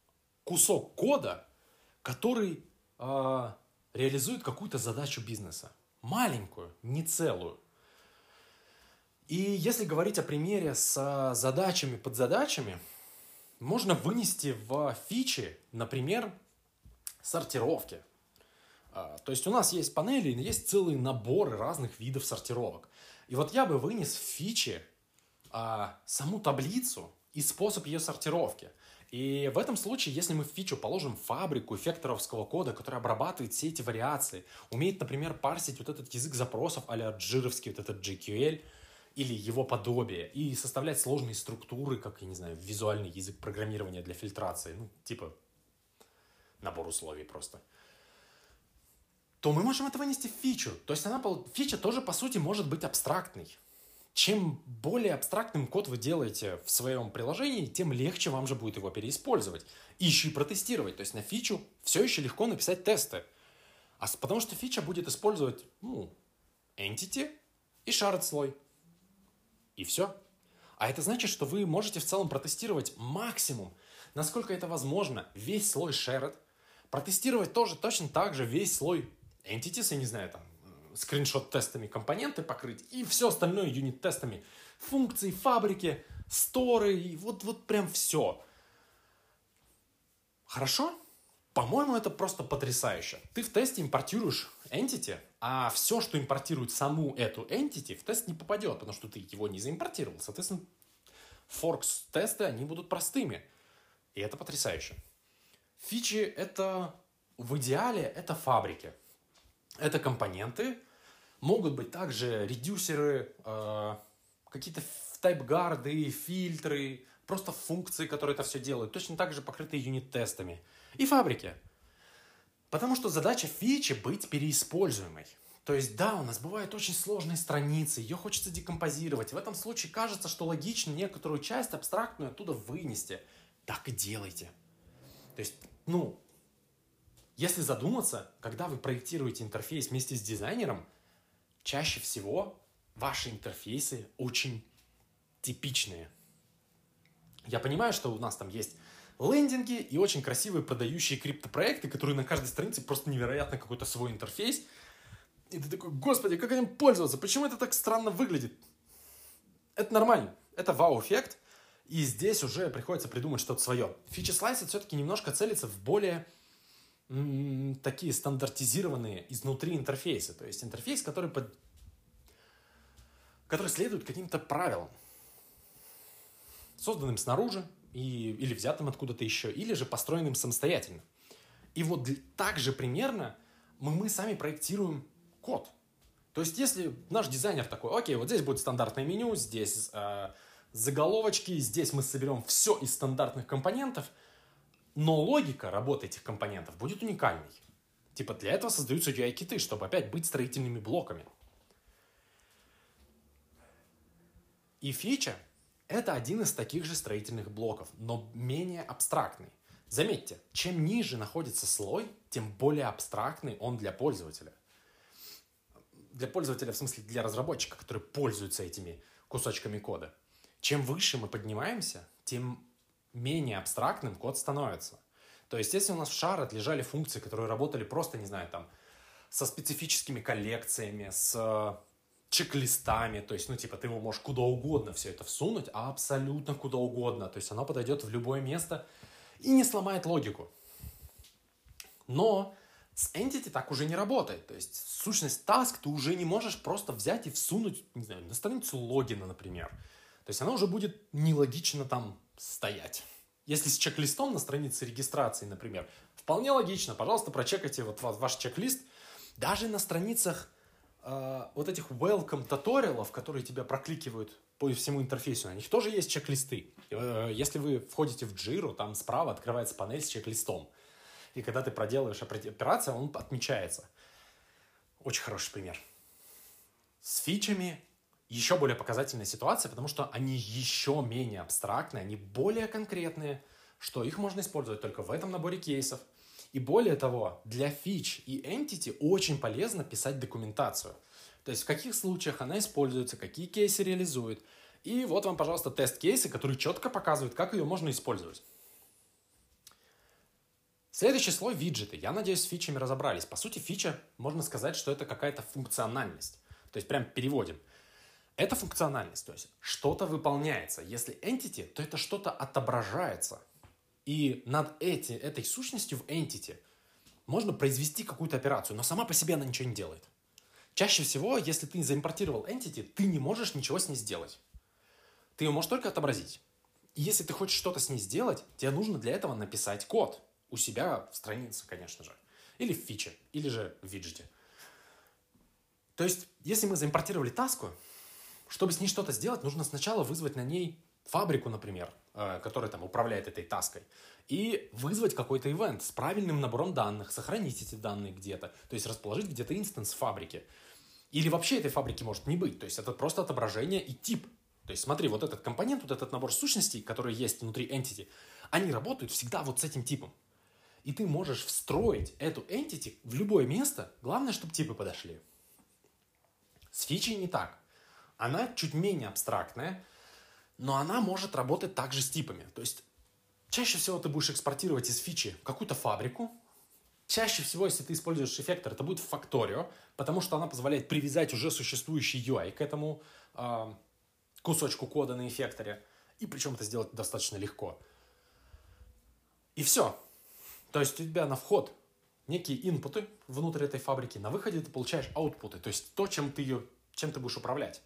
кусок кода, который реализует какую-то задачу бизнеса. Маленькую, не целую. И если говорить о примере с задачами, подзадачами, можно вынести в фичи, например, сортировки. То есть у нас есть панели, есть целые наборы разных видов сортировок. И вот я бы вынес в фичи саму таблицу и способ ее сортировки. И в этом случае, если мы в фичу положим фабрику эффекторовского кода, который обрабатывает все эти вариации, умеет, например, парсить вот этот язык запросов а-ля джировский, вот этот GQL, или его подобие, и составлять сложные структуры, как, я не знаю, визуальный язык программирования для фильтрации, ну, типа набор условий просто, то мы можем это вынести в фичу. То есть фича тоже, по сути, может быть абстрактной. Чем более абстрактным код вы делаете в своем приложении, тем легче вам же будет его переиспользовать. И еще и протестировать. То есть на фичу все еще легко написать тесты. Потому что фича будет использовать, entity и shared слой. И все. А это значит, что вы можете в целом протестировать максимум, насколько это возможно, весь слой shared. Протестировать тоже точно так же весь слой entities, я не знаю, там, скриншот-тестами компоненты покрыть и все остальное юнит-тестами. Функции, фабрики, сторы, и вот прям все. Хорошо? По-моему, это просто потрясающе. Ты в тесте импортируешь entity, а все, что импортирует саму эту entity, в тест не попадет, потому что ты его не заимпортировал. Соответственно, форкс-тесты, они будут простыми. И это потрясающе. Фичи — это в идеале это фабрики. Это компоненты, могут быть также редюсеры, какие-то тайпгарды, фильтры, просто функции, которые это все делают, точно так же покрытые юнит-тестами. И фабрики. Потому что задача фичи быть переиспользуемой. То есть, да, у нас бывают очень сложные страницы, ее хочется декомпозировать. В этом случае кажется, что логично некоторую часть абстрактную оттуда вынести. Так и делайте. То есть, если задуматься, когда вы проектируете интерфейс вместе с дизайнером, чаще всего ваши интерфейсы очень типичные. Я понимаю, что у нас там есть лендинги и очень красивые продающие криптопроекты, которые на каждой странице просто невероятно какой-то свой интерфейс. И ты такой, господи, как этим пользоваться? Почему это так странно выглядит? Это нормально. Это вау-эффект. И здесь уже приходится придумать что-то свое. Фичи-слайсы все-таки немножко целятся в более такие стандартизированные изнутри интерфейсы. То есть интерфейс, который следует каким-то правилам, созданным снаружи или взятым откуда-то еще, или же построенным самостоятельно. И вот так же примерно мы сами проектируем код. То есть если наш дизайнер такой, окей, вот здесь будет стандартное меню, здесь заголовочки, здесь мы соберем все из стандартных компонентов, но логика работы этих компонентов будет уникальной. Типа для этого создаются UI-киты, чтобы опять быть строительными блоками. И фича — это один из таких же строительных блоков, но менее абстрактный. Заметьте, чем ниже находится слой, тем более абстрактный он для пользователя. Для пользователя, в смысле для разработчика, который пользуется этими кусочками кода. Чем выше мы поднимаемся, тем менее абстрактным код становится. То есть, если у нас в Shared лежали функции, которые работали просто, не знаю, там, со специфическими коллекциями, с чек-листами, то есть, ты его можешь куда угодно все это всунуть, а абсолютно куда угодно. То есть, оно подойдет в любое место и не сломает логику. Но с Entity так уже не работает. То есть, сущность task ты уже не можешь просто взять и всунуть, не знаю, на страницу логина, например. То есть, она уже будет нелогично там стоять. Если с чек-листом на странице регистрации, например, вполне логично. Пожалуйста, прочекайте вот ваш чек-лист. Даже на страницах вот этих welcome туториалов, которые тебя прокликивают по всему интерфейсу, на них тоже есть чек-листы. Если вы входите в Jira, там справа открывается панель с чек-листом. И когда ты проделываешь операцию, он отмечается. Очень хороший пример. С фичами еще более показательная ситуация, потому что они еще менее абстрактные, они более конкретные, что их можно использовать только в этом наборе кейсов. И более того, для фич и entity очень полезно писать документацию. То есть в каких случаях она используется, какие кейсы реализует. И вот вам, пожалуйста, тест-кейсы, которые четко показывают, как ее можно использовать. Следующий слой — виджеты. Я надеюсь, с фичами разобрались. По сути, фича, можно сказать, что это какая-то функциональность. То есть прям переводим. Это функциональность, то есть что-то выполняется. Если entity, то это что-то отображается. И над этой сущностью в entity можно произвести какую-то операцию, но сама по себе она ничего не делает. Чаще всего, если ты заимпортировал entity, ты не можешь ничего с ней сделать. Ты ее можешь только отобразить. И если ты хочешь что-то с ней сделать, тебе нужно для этого написать код. У себя в странице, конечно же. Или в фиче, или же в виджете. То есть, если мы заимпортировали таску, чтобы с ней что-то сделать, нужно сначала вызвать на ней фабрику, например, которая там управляет этой таской, и вызвать какой-то ивент с правильным набором данных, сохранить эти данные где-то, то есть расположить где-то инстанс фабрики. Или вообще этой фабрики может не быть, то есть это просто отображение и тип. То есть смотри, вот этот компонент, вот этот набор сущностей, которые есть внутри entity, они работают всегда вот с этим типом. И ты можешь встроить эту entity в любое место, главное, чтобы типы подошли. С фичей не так. Она чуть менее абстрактная, но она может работать также с типами. То есть чаще всего ты будешь экспортировать из фичи какую-то фабрику. Чаще всего, если ты используешь эффектор, это будет Factorio, потому что она позволяет привязать уже существующий UI к этому кусочку кода на эффекторе. И причем это сделать достаточно легко. И все. То есть у тебя на вход некие инпуты внутрь этой фабрики, на выходе ты получаешь аутпуты, то есть то, чем ты будешь управлять.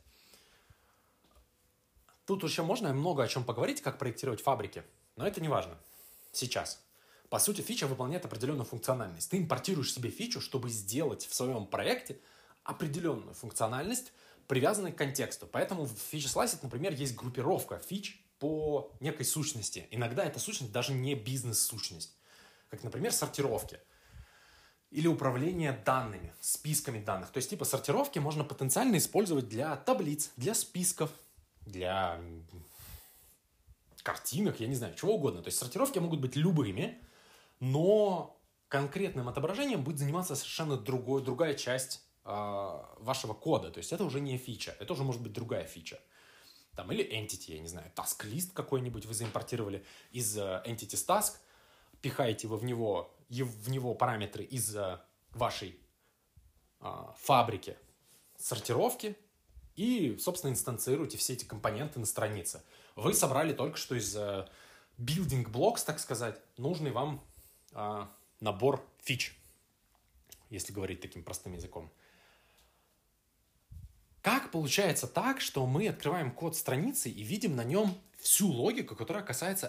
Тут еще можно много о чем поговорить, как проектировать фабрики, но это не важно сейчас. По сути, фича выполняет определенную функциональность. Ты импортируешь себе фичу, чтобы сделать в своем проекте определенную функциональность, привязанную к контексту. Поэтому в FeatureSlice, например, есть группировка фич по некой сущности. Иногда эта сущность даже не бизнес-сущность, как, например, сортировки или управление данными, списками данных. То есть типа сортировки можно потенциально использовать для таблиц, для списков, для картинок, я не знаю, чего угодно. То есть сортировки могут быть любыми, но конкретным отображением будет заниматься совершенно другая часть вашего кода. То есть это уже не фича, это уже может быть другая фича. Там, или entity, я не знаю, task list какой-нибудь вы заимпортировали из entities task, пихаете вы в него параметры из вашей фабрики сортировки и, собственно, инстанцируете все эти компоненты на странице. Вы собрали только что из building blocks, так сказать, нужный вам набор фич, если говорить таким простым языком. Как получается так, что мы открываем код страницы и видим на нем всю логику, которая касается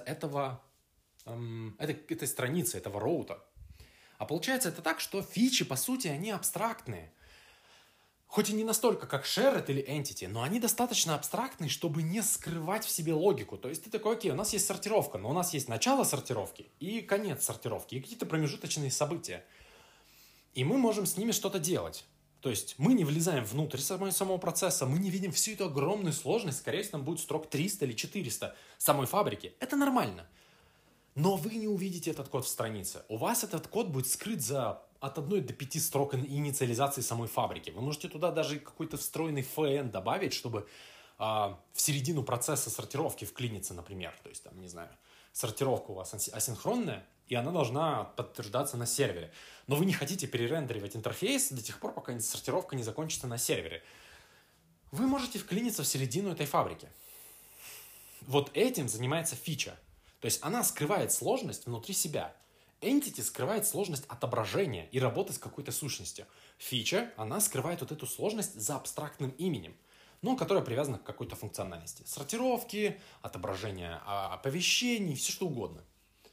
этой страницы, этого роута? А получается это так, что фичи, по сути, они абстрактные. Хоть и не настолько, как shared или entity, но они достаточно абстрактные, чтобы не скрывать в себе логику. То есть ты такой, окей, у нас есть сортировка, но у нас есть начало сортировки и конец сортировки, и какие-то промежуточные события. И мы можем с ними что-то делать. То есть мы не влезаем внутрь самого процесса, мы не видим всю эту огромную сложность, скорее всего, там будет строк 300 или 400 самой фабрики. Это нормально. Но вы не увидите этот код в странице. У вас этот код будет скрыт от 1 до 5 строк инициализации самой фабрики. Вы можете туда даже какой-то встроенный FN добавить, чтобы в середину процесса сортировки вклиниться, например. То есть, там, не знаю, сортировка у вас асинхронная, и она должна подтверждаться на сервере. Но вы не хотите перерендеривать интерфейс до тех пор, пока сортировка не закончится на сервере. Вы можете вклиниться в середину этой фабрики. Вот этим занимается фича. То есть она скрывает сложность внутри себя. Entity скрывает сложность отображения и работы с какой-то сущностью. Фича, она скрывает вот эту сложность за абстрактным именем, но которая привязана к какой-то функциональности. Сортировки, отображение оповещений, все что угодно.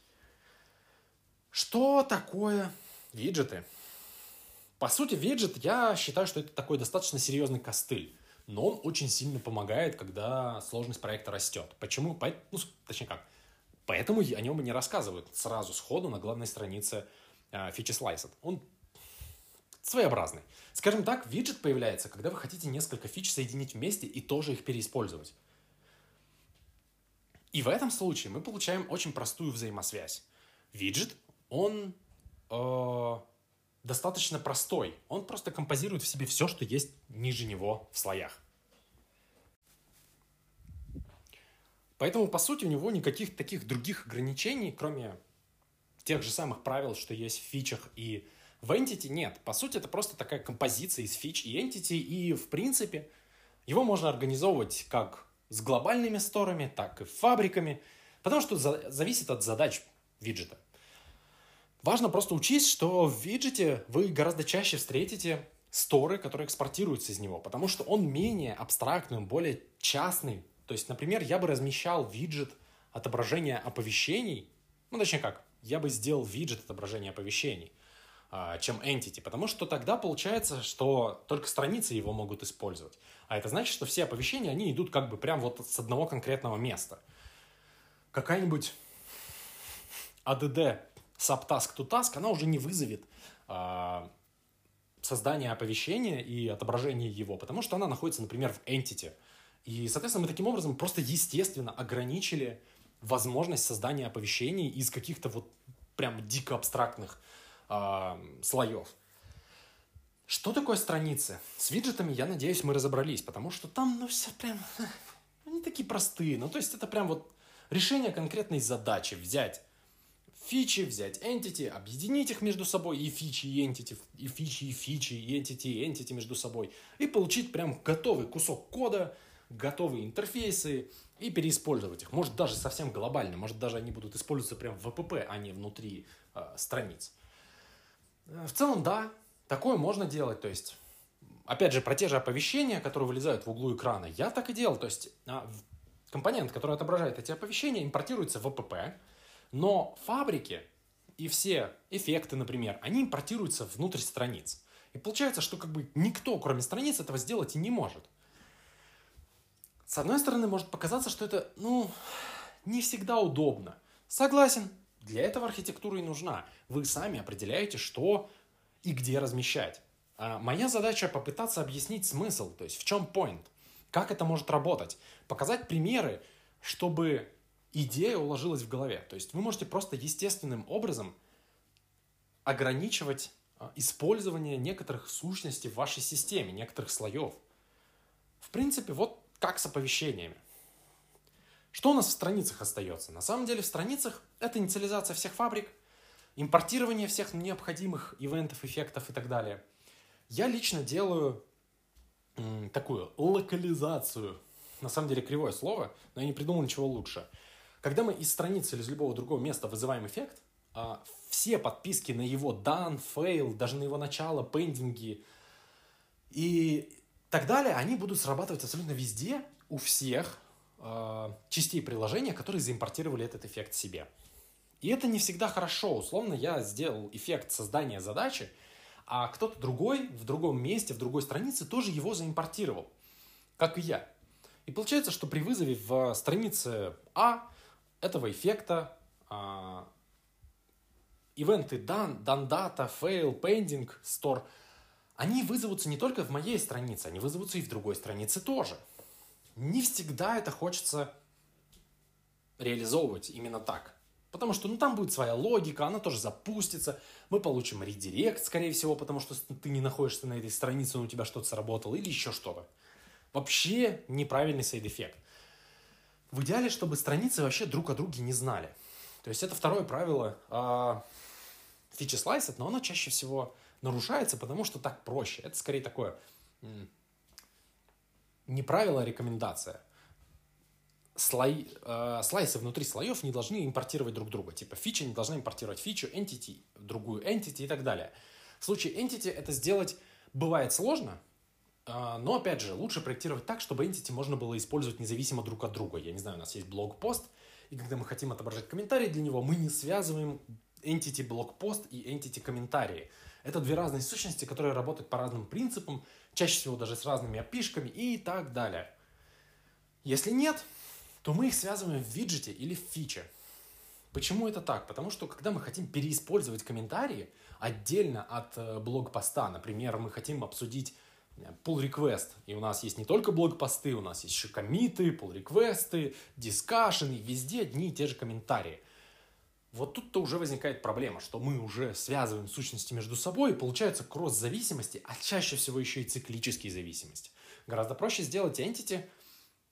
Что такое виджеты? По сути, виджет, я считаю, что это такой достаточно серьезный костыль. Но он очень сильно помогает, когда сложность проекта растет. Почему? Поэтому о нем и не рассказывают сразу, сходу, на главной странице FeatureSlice. Он своеобразный. Скажем так, виджет появляется, когда вы хотите несколько фич соединить вместе и тоже их переиспользовать. И в этом случае мы получаем очень простую взаимосвязь. Виджет, он достаточно простой. Он просто композирует в себе все, что есть ниже него в слоях. Поэтому, по сути, у него никаких таких других ограничений, кроме тех же самых правил, что есть в фичах и в Entity, нет. По сути, это просто такая композиция из фич и Entity, и, в принципе, его можно организовывать как с глобальными сторами, так и фабриками, потому что зависит от задач виджета. Важно просто учесть, что в виджете вы гораздо чаще встретите сторы, которые экспортируются из него, потому что он менее абстрактный, он более частный. То есть, например, я бы размещал виджет отображения оповещений, точнее как, я бы сделал виджет отображения оповещений, чем Entity, потому что тогда получается, что только страницы его могут использовать. А это значит, что все оповещения, они идут как бы прям вот с одного конкретного места. Какая-нибудь ADD subtask to task, она уже не вызовет создание оповещения и отображение его, потому что она находится, например, в Entity. И, соответственно, мы таким образом просто естественно ограничили возможность создания оповещений из каких-то вот прям дико абстрактных слоев. Что такое страницы? С виджетами, я надеюсь, мы разобрались, потому что там, все прям, они такие простые. То есть это прям вот решение конкретной задачи. Взять фичи, взять entity, объединить их между собой, и фичи, и entity, и фичи, и entity между собой, и получить прям готовый кусок кода, готовые интерфейсы, и переиспользовать их. Может, даже совсем глобально, может, даже они будут использоваться прям в ВПП, а не внутри страниц. В целом, да, такое можно делать. То есть, опять же, про те же оповещения, которые вылезают в углу экрана, я так и делал. То есть, компонент, который отображает эти оповещения, импортируется в ВПП, но фабрики и все эффекты, например, они импортируются внутрь страниц. И получается, что как бы никто, кроме страниц, этого сделать и не может. С одной стороны, может показаться, что это, не всегда удобно. Согласен, для этого архитектура и нужна. Вы сами определяете, что и где размещать. А моя задача попытаться объяснить смысл, то есть в чем point, как это может работать, показать примеры, чтобы идея уложилась в голове. То есть вы можете просто естественным образом ограничивать использование некоторых сущностей в вашей системе, некоторых слоев. В принципе, вот как с оповещениями. Что у нас в страницах остается? На самом деле в страницах это инициализация всех фабрик, импортирование всех необходимых ивентов, эффектов и так далее. Я лично делаю такую локализацию. На самом деле кривое слово, но я не придумал ничего лучше. Когда мы из страницы или из любого другого места вызываем эффект, все подписки на его done, fail, даже на его начало, пендинги и так далее, они будут срабатывать абсолютно везде, у всех частей приложения, которые заимпортировали этот эффект себе. И это не всегда хорошо. Условно, я сделал эффект создания задачи, а кто-то другой в другом месте, в другой странице тоже его заимпортировал, как и я. И получается, что при вызове в странице этого эффекта ивенты done data, fail, pending, store, они вызовутся не только в моей странице, они вызовутся и в другой странице тоже. Не всегда это хочется реализовывать именно так. Потому что там будет своя логика, она тоже запустится, мы получим редирект, скорее всего, потому что ты не находишься на этой странице, но у тебя что-то сработало или еще что-то. Вообще неправильный сайд-эффект. В идеале, чтобы страницы вообще друг о друге не знали. То есть это второе правило фичи слайсов, но оно чаще всего нарушается, потому что так проще. Это скорее такое не правило, а рекомендация. Слайсы внутри слоев не должны импортировать друг друга. Типа фича не должна импортировать фичу, entity, другую entity и так далее. В случае entity это сделать бывает сложно, но, опять же, лучше проектировать так, чтобы entity можно было использовать независимо друг от друга. Я не знаю, у нас есть блог-пост, и когда мы хотим отображать комментарии для него, мы не связываем entity блог-пост и entity комментарии. Это две разные сущности, которые работают по разным принципам, чаще всего даже с разными API-шками и так далее. Если нет, то мы их связываем в виджете или в фиче. Почему это так? Потому что, когда мы хотим переиспользовать комментарии отдельно от блог-поста, например, мы хотим обсудить pull request, и у нас есть не только блог-посты, у нас есть еще коммиты, pull реквесты, дискашены, везде одни и те же комментарии. Вот тут-то уже возникает проблема, что мы уже связываем сущности между собой, и получаются кросс-зависимости, а чаще всего еще и циклические зависимости. Гораздо проще сделать entity,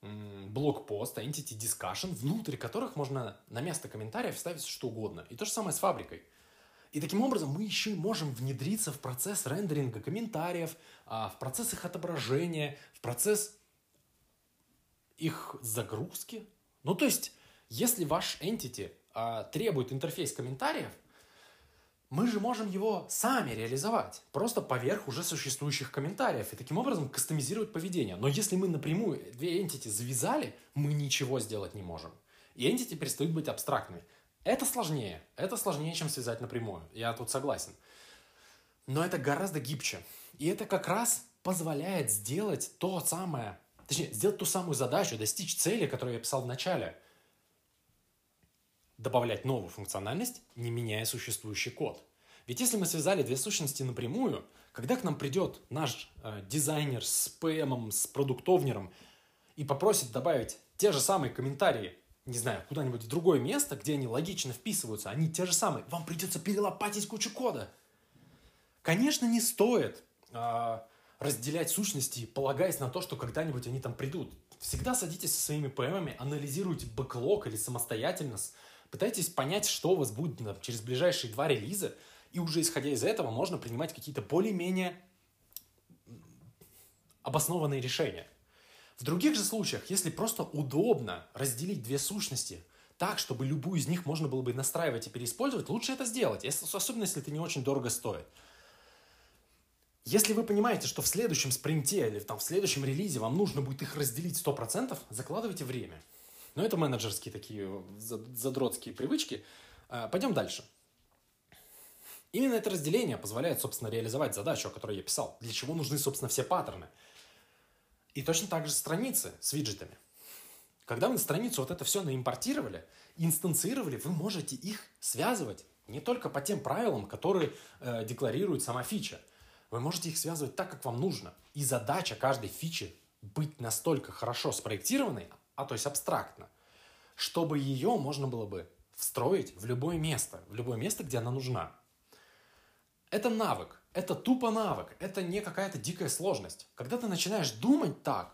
блокпост, entity discussion, внутрь которых можно на место комментариев вставить что угодно. И то же самое с фабрикой. И таким образом мы еще и можем внедриться в процесс рендеринга комментариев, в процесс их отображения, в процесс их загрузки. Ну, то есть, если ваш entity требует интерфейс комментариев, мы же можем его сами реализовать, просто поверх уже существующих комментариев, и таким образом кастомизировать поведение. Но если мы напрямую две entity завязали, мы ничего сделать не можем. И entity перестают быть абстрактными. Это сложнее, чем связать напрямую, я тут согласен. Но это гораздо гибче. И это как раз позволяет сделать сделать ту самую задачу, достичь цели, которую я писал в начале. Добавлять новую функциональность, не меняя существующий код. Ведь если мы связали две сущности напрямую, когда к нам придет наш дизайнер с PM, с продуктовнером и попросит добавить те же самые комментарии, не знаю, куда-нибудь в другое место, где они логично вписываются, они те же самые, вам придется перелопатить кучу кода. Конечно, не стоит разделять сущности, полагаясь на то, что когда-нибудь они там придут. Всегда садитесь со своими PM-ами, анализируйте бэклог или самостоятельно, пытайтесь понять, что у вас будет через ближайшие 2 релиза, и уже исходя из этого можно принимать какие-то более-менее обоснованные решения. В других же случаях, если просто удобно разделить две сущности так, чтобы любую из них можно было бы настраивать и переиспользовать, лучше это сделать, особенно если это не очень дорого стоит. Если вы понимаете, что в следующем спринте или в следующем релизе вам нужно будет их разделить 100%, закладывайте время. Но это менеджерские такие задротские привычки. Пойдем дальше. Именно это разделение позволяет, собственно, реализовать задачу, о которой я писал. Для чего нужны, собственно, все паттерны. И точно так же страницы с виджетами. Когда вы на страницу вот это все наимпортировали, инстанцировали, вы можете их связывать не только по тем правилам, которые декларирует сама фича. Вы можете их связывать так, как вам нужно. И задача каждой фичи быть настолько хорошо спроектированной, то есть абстрактно, чтобы ее можно было бы встроить в любое место, где она нужна. Это навык, это тупо навык, это не какая-то дикая сложность. Когда ты начинаешь думать так,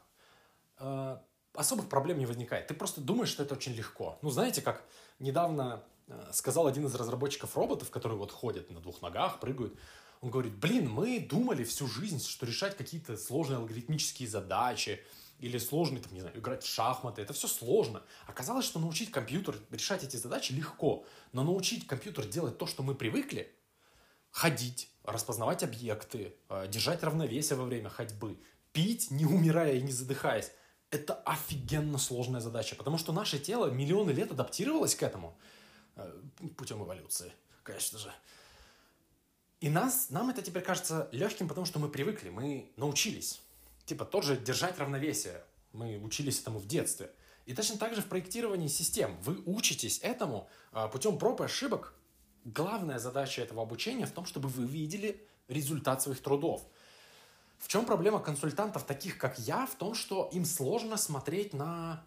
особых проблем не возникает. Ты просто думаешь, что это очень легко. Ну, знаете, как недавно сказал один из разработчиков роботов, которые вот ходят на 2 ногах, прыгают, он говорит, мы думали всю жизнь, что решать какие-то сложные алгоритмические задачи, или сложный, играть в шахматы. Это все сложно. Оказалось, что научить компьютер решать эти задачи легко. Но научить компьютер делать то, что мы привыкли, ходить, распознавать объекты, держать равновесие во время ходьбы, пить, не умирая и не задыхаясь, это офигенно сложная задача. Потому что наше тело миллионы лет адаптировалось к этому. Путем эволюции, конечно же. И нам это теперь кажется легким, потому что мы привыкли, мы научились. Тот же держать равновесие. Мы учились этому в детстве. И точно так же в проектировании систем. Вы учитесь этому путем проб и ошибок. Главная задача этого обучения в том, чтобы вы видели результат своих трудов. В чем проблема консультантов, таких как я, в том, что им сложно смотреть на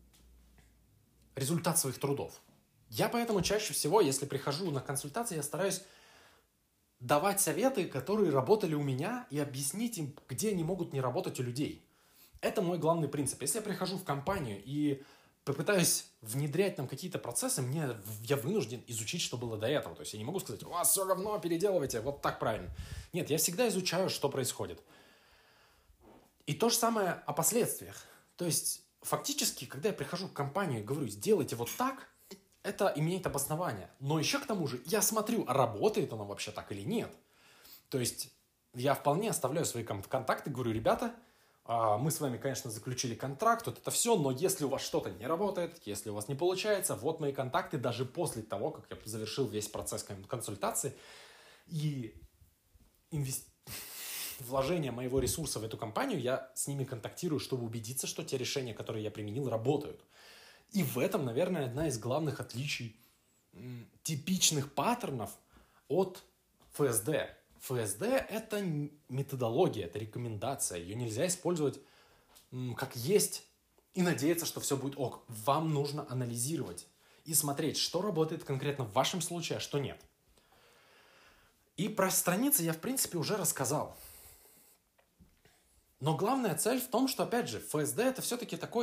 результат своих трудов. Я поэтому чаще всего, если прихожу на консультации, я стараюсь давать советы, которые работали у меня, и объяснить им, где они могут не работать у людей. Это мой главный принцип. Если я прихожу в компанию и попытаюсь внедрять там какие-то процессы, я вынужден изучить, что было до этого. То есть я не могу сказать, у вас все равно, переделывайте, вот так правильно. Нет, я всегда изучаю, что происходит. И то же самое о последствиях. То есть фактически, когда я прихожу в компанию и говорю, сделайте вот так, это имеет обоснование. Но еще к тому же я смотрю, работает оно вообще так или нет. То есть я вполне оставляю свои контакты, говорю, ребята, мы с вами, конечно, заключили контракт, вот это все, но если у вас что-то не работает, если у вас не получается, вот мои контакты даже после того, как я завершил весь процесс консультации и вложение моего ресурса в эту компанию, я с ними контактирую, чтобы убедиться, что те решения, которые я применил, работают. И в этом, наверное, одна из главных отличий типичных паттернов от ФСД. ФСД – это методология, это рекомендация. Ее нельзя использовать как есть и надеяться, что все будет ок. Вам нужно анализировать и смотреть, что работает конкретно в вашем случае, а что нет. И про страницы я, в принципе, уже рассказал. Но главная цель в том, что, опять же, ФСД – это все-таки такой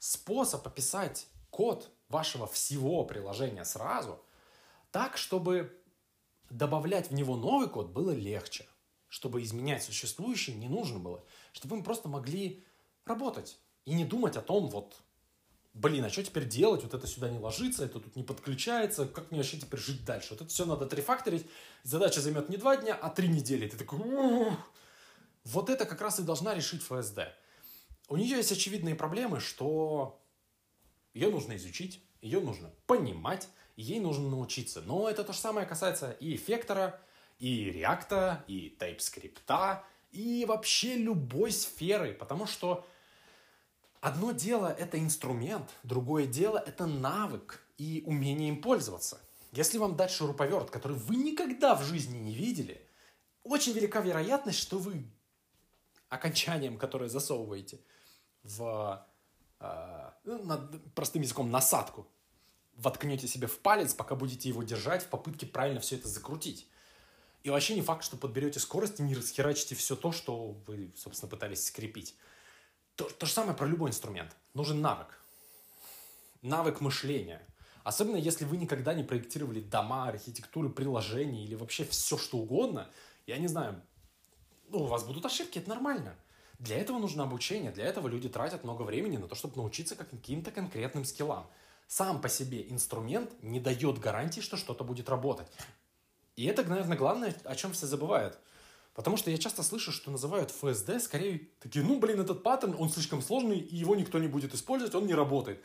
способ описать код вашего всего приложения сразу так, чтобы добавлять в него новый код было легче, чтобы изменять существующий не нужно было, чтобы мы просто могли работать и не думать о том, вот, блин, а что теперь делать, вот это сюда не ложится, это тут не подключается, как мне вообще теперь жить дальше? Вот это все надо отрефакторить, задача займет не 2 дня, а 3 недели. Ты такой, у-у-у. Вот это как раз и должна решить FSD. У нее есть очевидные проблемы, что ее нужно изучить, ее нужно понимать, ей нужно научиться. Но это то же самое касается и эффектора, и реакта, и TypeScript, и вообще любой сферы, потому что одно дело – это инструмент, другое дело – это навык и умение им пользоваться. Если вам дать шуруповерт, который вы никогда в жизни не видели, очень велика вероятность, что вы окончанием, которое засовываете в, простым языком, насадку, воткнете себе в палец, пока будете его держать в попытке правильно все это закрутить. И вообще не факт, что подберете скорость и не расхерачите все то, что вы, собственно, пытались скрепить. То же самое про любой инструмент. Нужен навык. Навык мышления. Особенно если вы никогда не проектировали дома, архитектуры, приложения или вообще все, что угодно. Я не знаю, у вас будут ошибки, это нормально. Для этого нужно обучение, для этого люди тратят много времени на то, чтобы научиться каким-то конкретным скиллам. Сам по себе инструмент не дает гарантии, что что-то будет работать. И это, наверное, главное, о чем все забывают. Потому что я часто слышу, что называют FSD скорее такие, этот паттерн, он слишком сложный, и его никто не будет использовать, он не работает.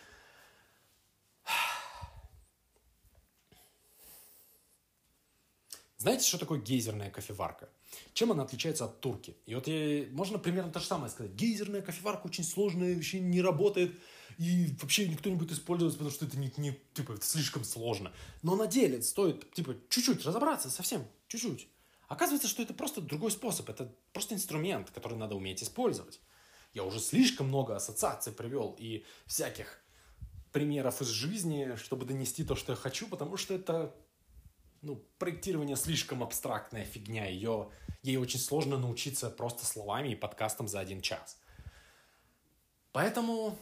Знаете, что такое гейзерная кофеварка? Чем она отличается от турки? И вот можно примерно то же самое сказать. Гейзерная кофеварка очень сложная, вообще не работает, и вообще никто не будет использовать, потому что это это слишком сложно. Но на деле стоит чуть-чуть разобраться, совсем чуть-чуть. Оказывается, что это просто другой способ, это просто инструмент, который надо уметь использовать. Я уже слишком много ассоциаций привел и всяких примеров из жизни, чтобы донести то, что я хочу, потому что это проектирование слишком абстрактная фигня. Ей очень сложно научиться просто словами и подкастом за 1 час. Поэтому,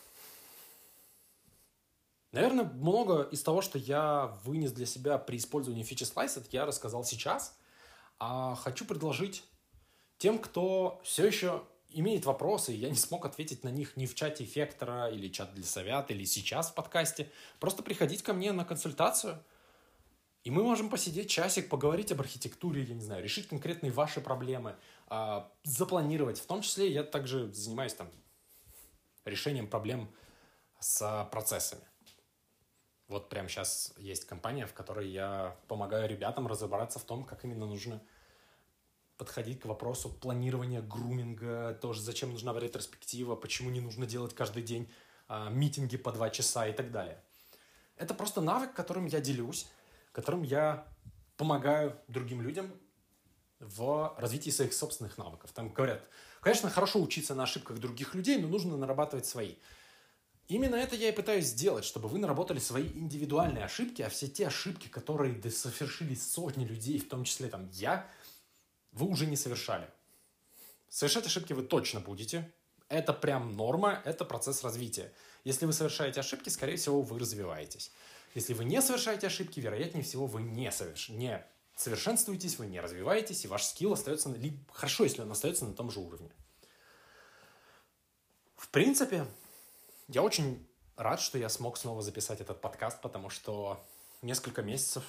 наверное, много из того, что я вынес для себя при использовании фичи Slice, я рассказал сейчас. А хочу предложить тем, кто все еще имеет вопросы, и я не смог ответить на них ни в чате эффектора, или чат для совят, или сейчас в подкасте, просто приходить ко мне на консультацию. И мы можем посидеть часик, поговорить об архитектуре, я не знаю, решить конкретные ваши проблемы, запланировать. В том числе я также занимаюсь решением проблем с процессами. Вот прямо сейчас есть компания, в которой я помогаю ребятам разобраться в том, как именно нужно подходить к вопросу планирования, груминга, тоже зачем нужна ретроспектива, почему не нужно делать каждый день митинги по 2 часа и так далее. Это просто навык, которым я делюсь, которым я помогаю другим людям в развитии своих собственных навыков. Там говорят, конечно, хорошо учиться на ошибках других людей, но нужно нарабатывать свои. Именно это я и пытаюсь сделать, чтобы вы наработали свои индивидуальные ошибки, а все те ошибки, которые совершили сотни людей, в том числе я, вы уже не совершали. Совершать ошибки вы точно будете. Это прям норма, это процесс развития. Если вы совершаете ошибки, скорее всего, вы развиваетесь. Если вы не совершаете ошибки, вероятнее всего, вы не совершенствуетесь, вы не развиваетесь, и ваш скилл остается, хорошо, если он остается на том же уровне. В принципе, я очень рад, что я смог снова записать этот подкаст, потому что несколько месяцев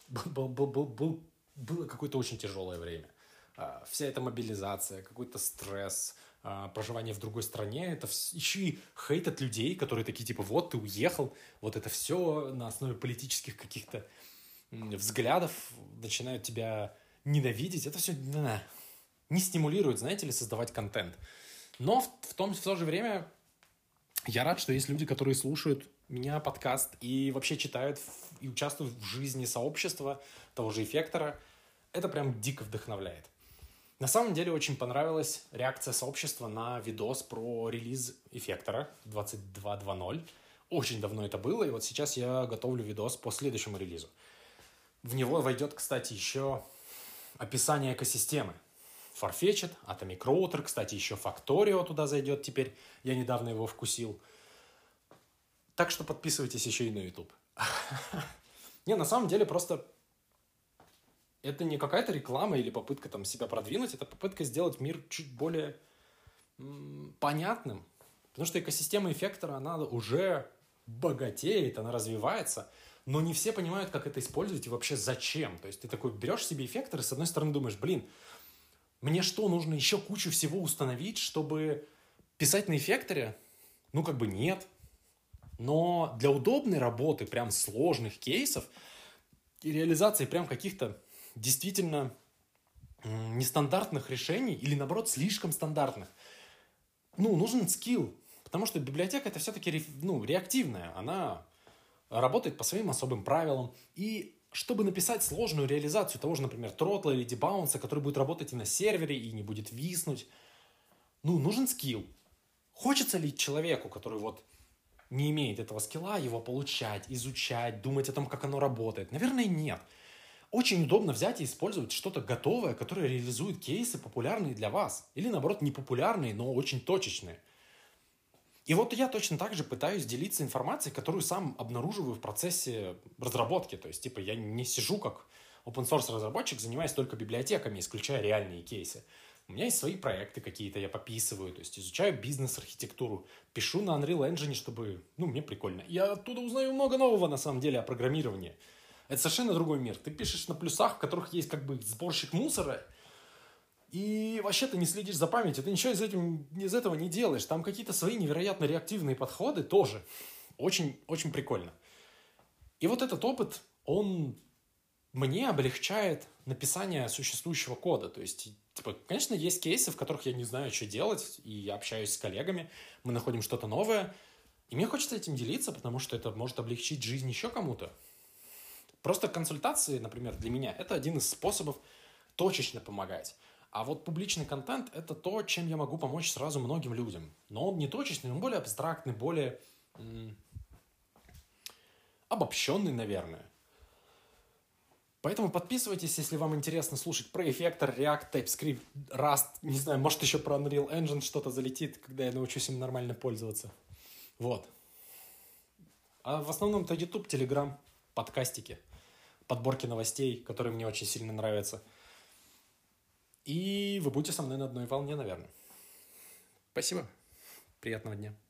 было какое-то очень тяжелое время. Вся эта мобилизация, какой-то стресс, проживание в другой стране, это еще и хейт от людей, которые такие вот ты уехал, вот это все на основе политических каких-то взглядов начинают тебя ненавидеть. Это все не стимулирует, знаете ли, создавать контент. Но в то же время я рад, что есть люди, которые слушают меня, подкаст, и вообще читают и участвуют в жизни сообщества, того же эффектора. Это прям дико вдохновляет. На самом деле очень понравилась реакция сообщества на видос про релиз эффектора 22.2.0. Очень давно это было, и вот сейчас я готовлю видос по следующему релизу. В него войдет, кстати, еще описание экосистемы. Farfetch'd, Atomic Router, кстати, еще Factorio туда зайдет теперь. Я недавно его вкусил. Так что подписывайтесь еще и на YouTube. Не, на самом деле просто это не какая-то реклама или попытка там себя продвинуть, это попытка сделать мир чуть более понятным. Потому что экосистема эффектора, она уже богатеет, она развивается, но не все понимают, как это использовать и вообще зачем. То есть ты такой берешь себе эффектор и с одной стороны думаешь, блин, мне что, нужно еще кучу всего установить, чтобы писать на эффекторе? Ну, как бы нет. Но для удобной работы, прям сложных кейсов и реализации прям каких-то действительно нестандартных решений или, наоборот, слишком стандартных, нужен скилл. Потому что библиотека это все-таки реактивная. Она работает по своим особым правилам. И чтобы написать сложную реализацию того же, например, тротла или дебаунса, который будет работать и на сервере, и не будет виснуть, нужен скилл. Хочется ли человеку, который вот не имеет этого скилла, его получать, изучать, думать о том, как оно работает? Наверное, нет. Очень удобно взять и использовать что-то готовое, которое реализует кейсы, популярные для вас. Или, наоборот, непопулярные, но очень точечные. И вот я точно так же пытаюсь делиться информацией, которую сам обнаруживаю в процессе разработки. То есть, я не сижу как open-source разработчик, занимаясь только библиотеками, исключая реальные кейсы. У меня есть свои проекты какие-то, я пописываю, то есть изучаю бизнес-архитектуру, пишу на Unreal Engine, чтобы, мне прикольно. Я оттуда узнаю много нового, на самом деле, о программировании. Это совершенно другой мир. Ты пишешь на плюсах, в которых есть как бы сборщик мусора, и вообще ты не следишь за памятью, ты ничего из этого не делаешь. Там какие-то свои невероятно реактивные подходы тоже. Очень, очень прикольно. И вот этот опыт, он мне облегчает написание существующего кода. То есть, конечно, есть кейсы, в которых я не знаю, что делать, и я общаюсь с коллегами, мы находим что-то новое, и мне хочется этим делиться, потому что это может облегчить жизнь еще кому-то. Просто консультации, например, для меня это один из способов точечно помогать. А вот публичный контент – это то, чем я могу помочь сразу многим людям. Но он не точечный, он более абстрактный, более обобщенный, наверное. Поэтому подписывайтесь, если вам интересно слушать про эффектор, React, TypeScript, Rust. Не знаю, может еще про Unreal Engine что-то залетит, когда я научусь им нормально пользоваться. Вот. А в основном-то YouTube, Telegram, подкастики, подборки новостей, которые мне очень сильно нравятся. И вы будете со мной на одной волне, наверное. Спасибо. Приятного дня.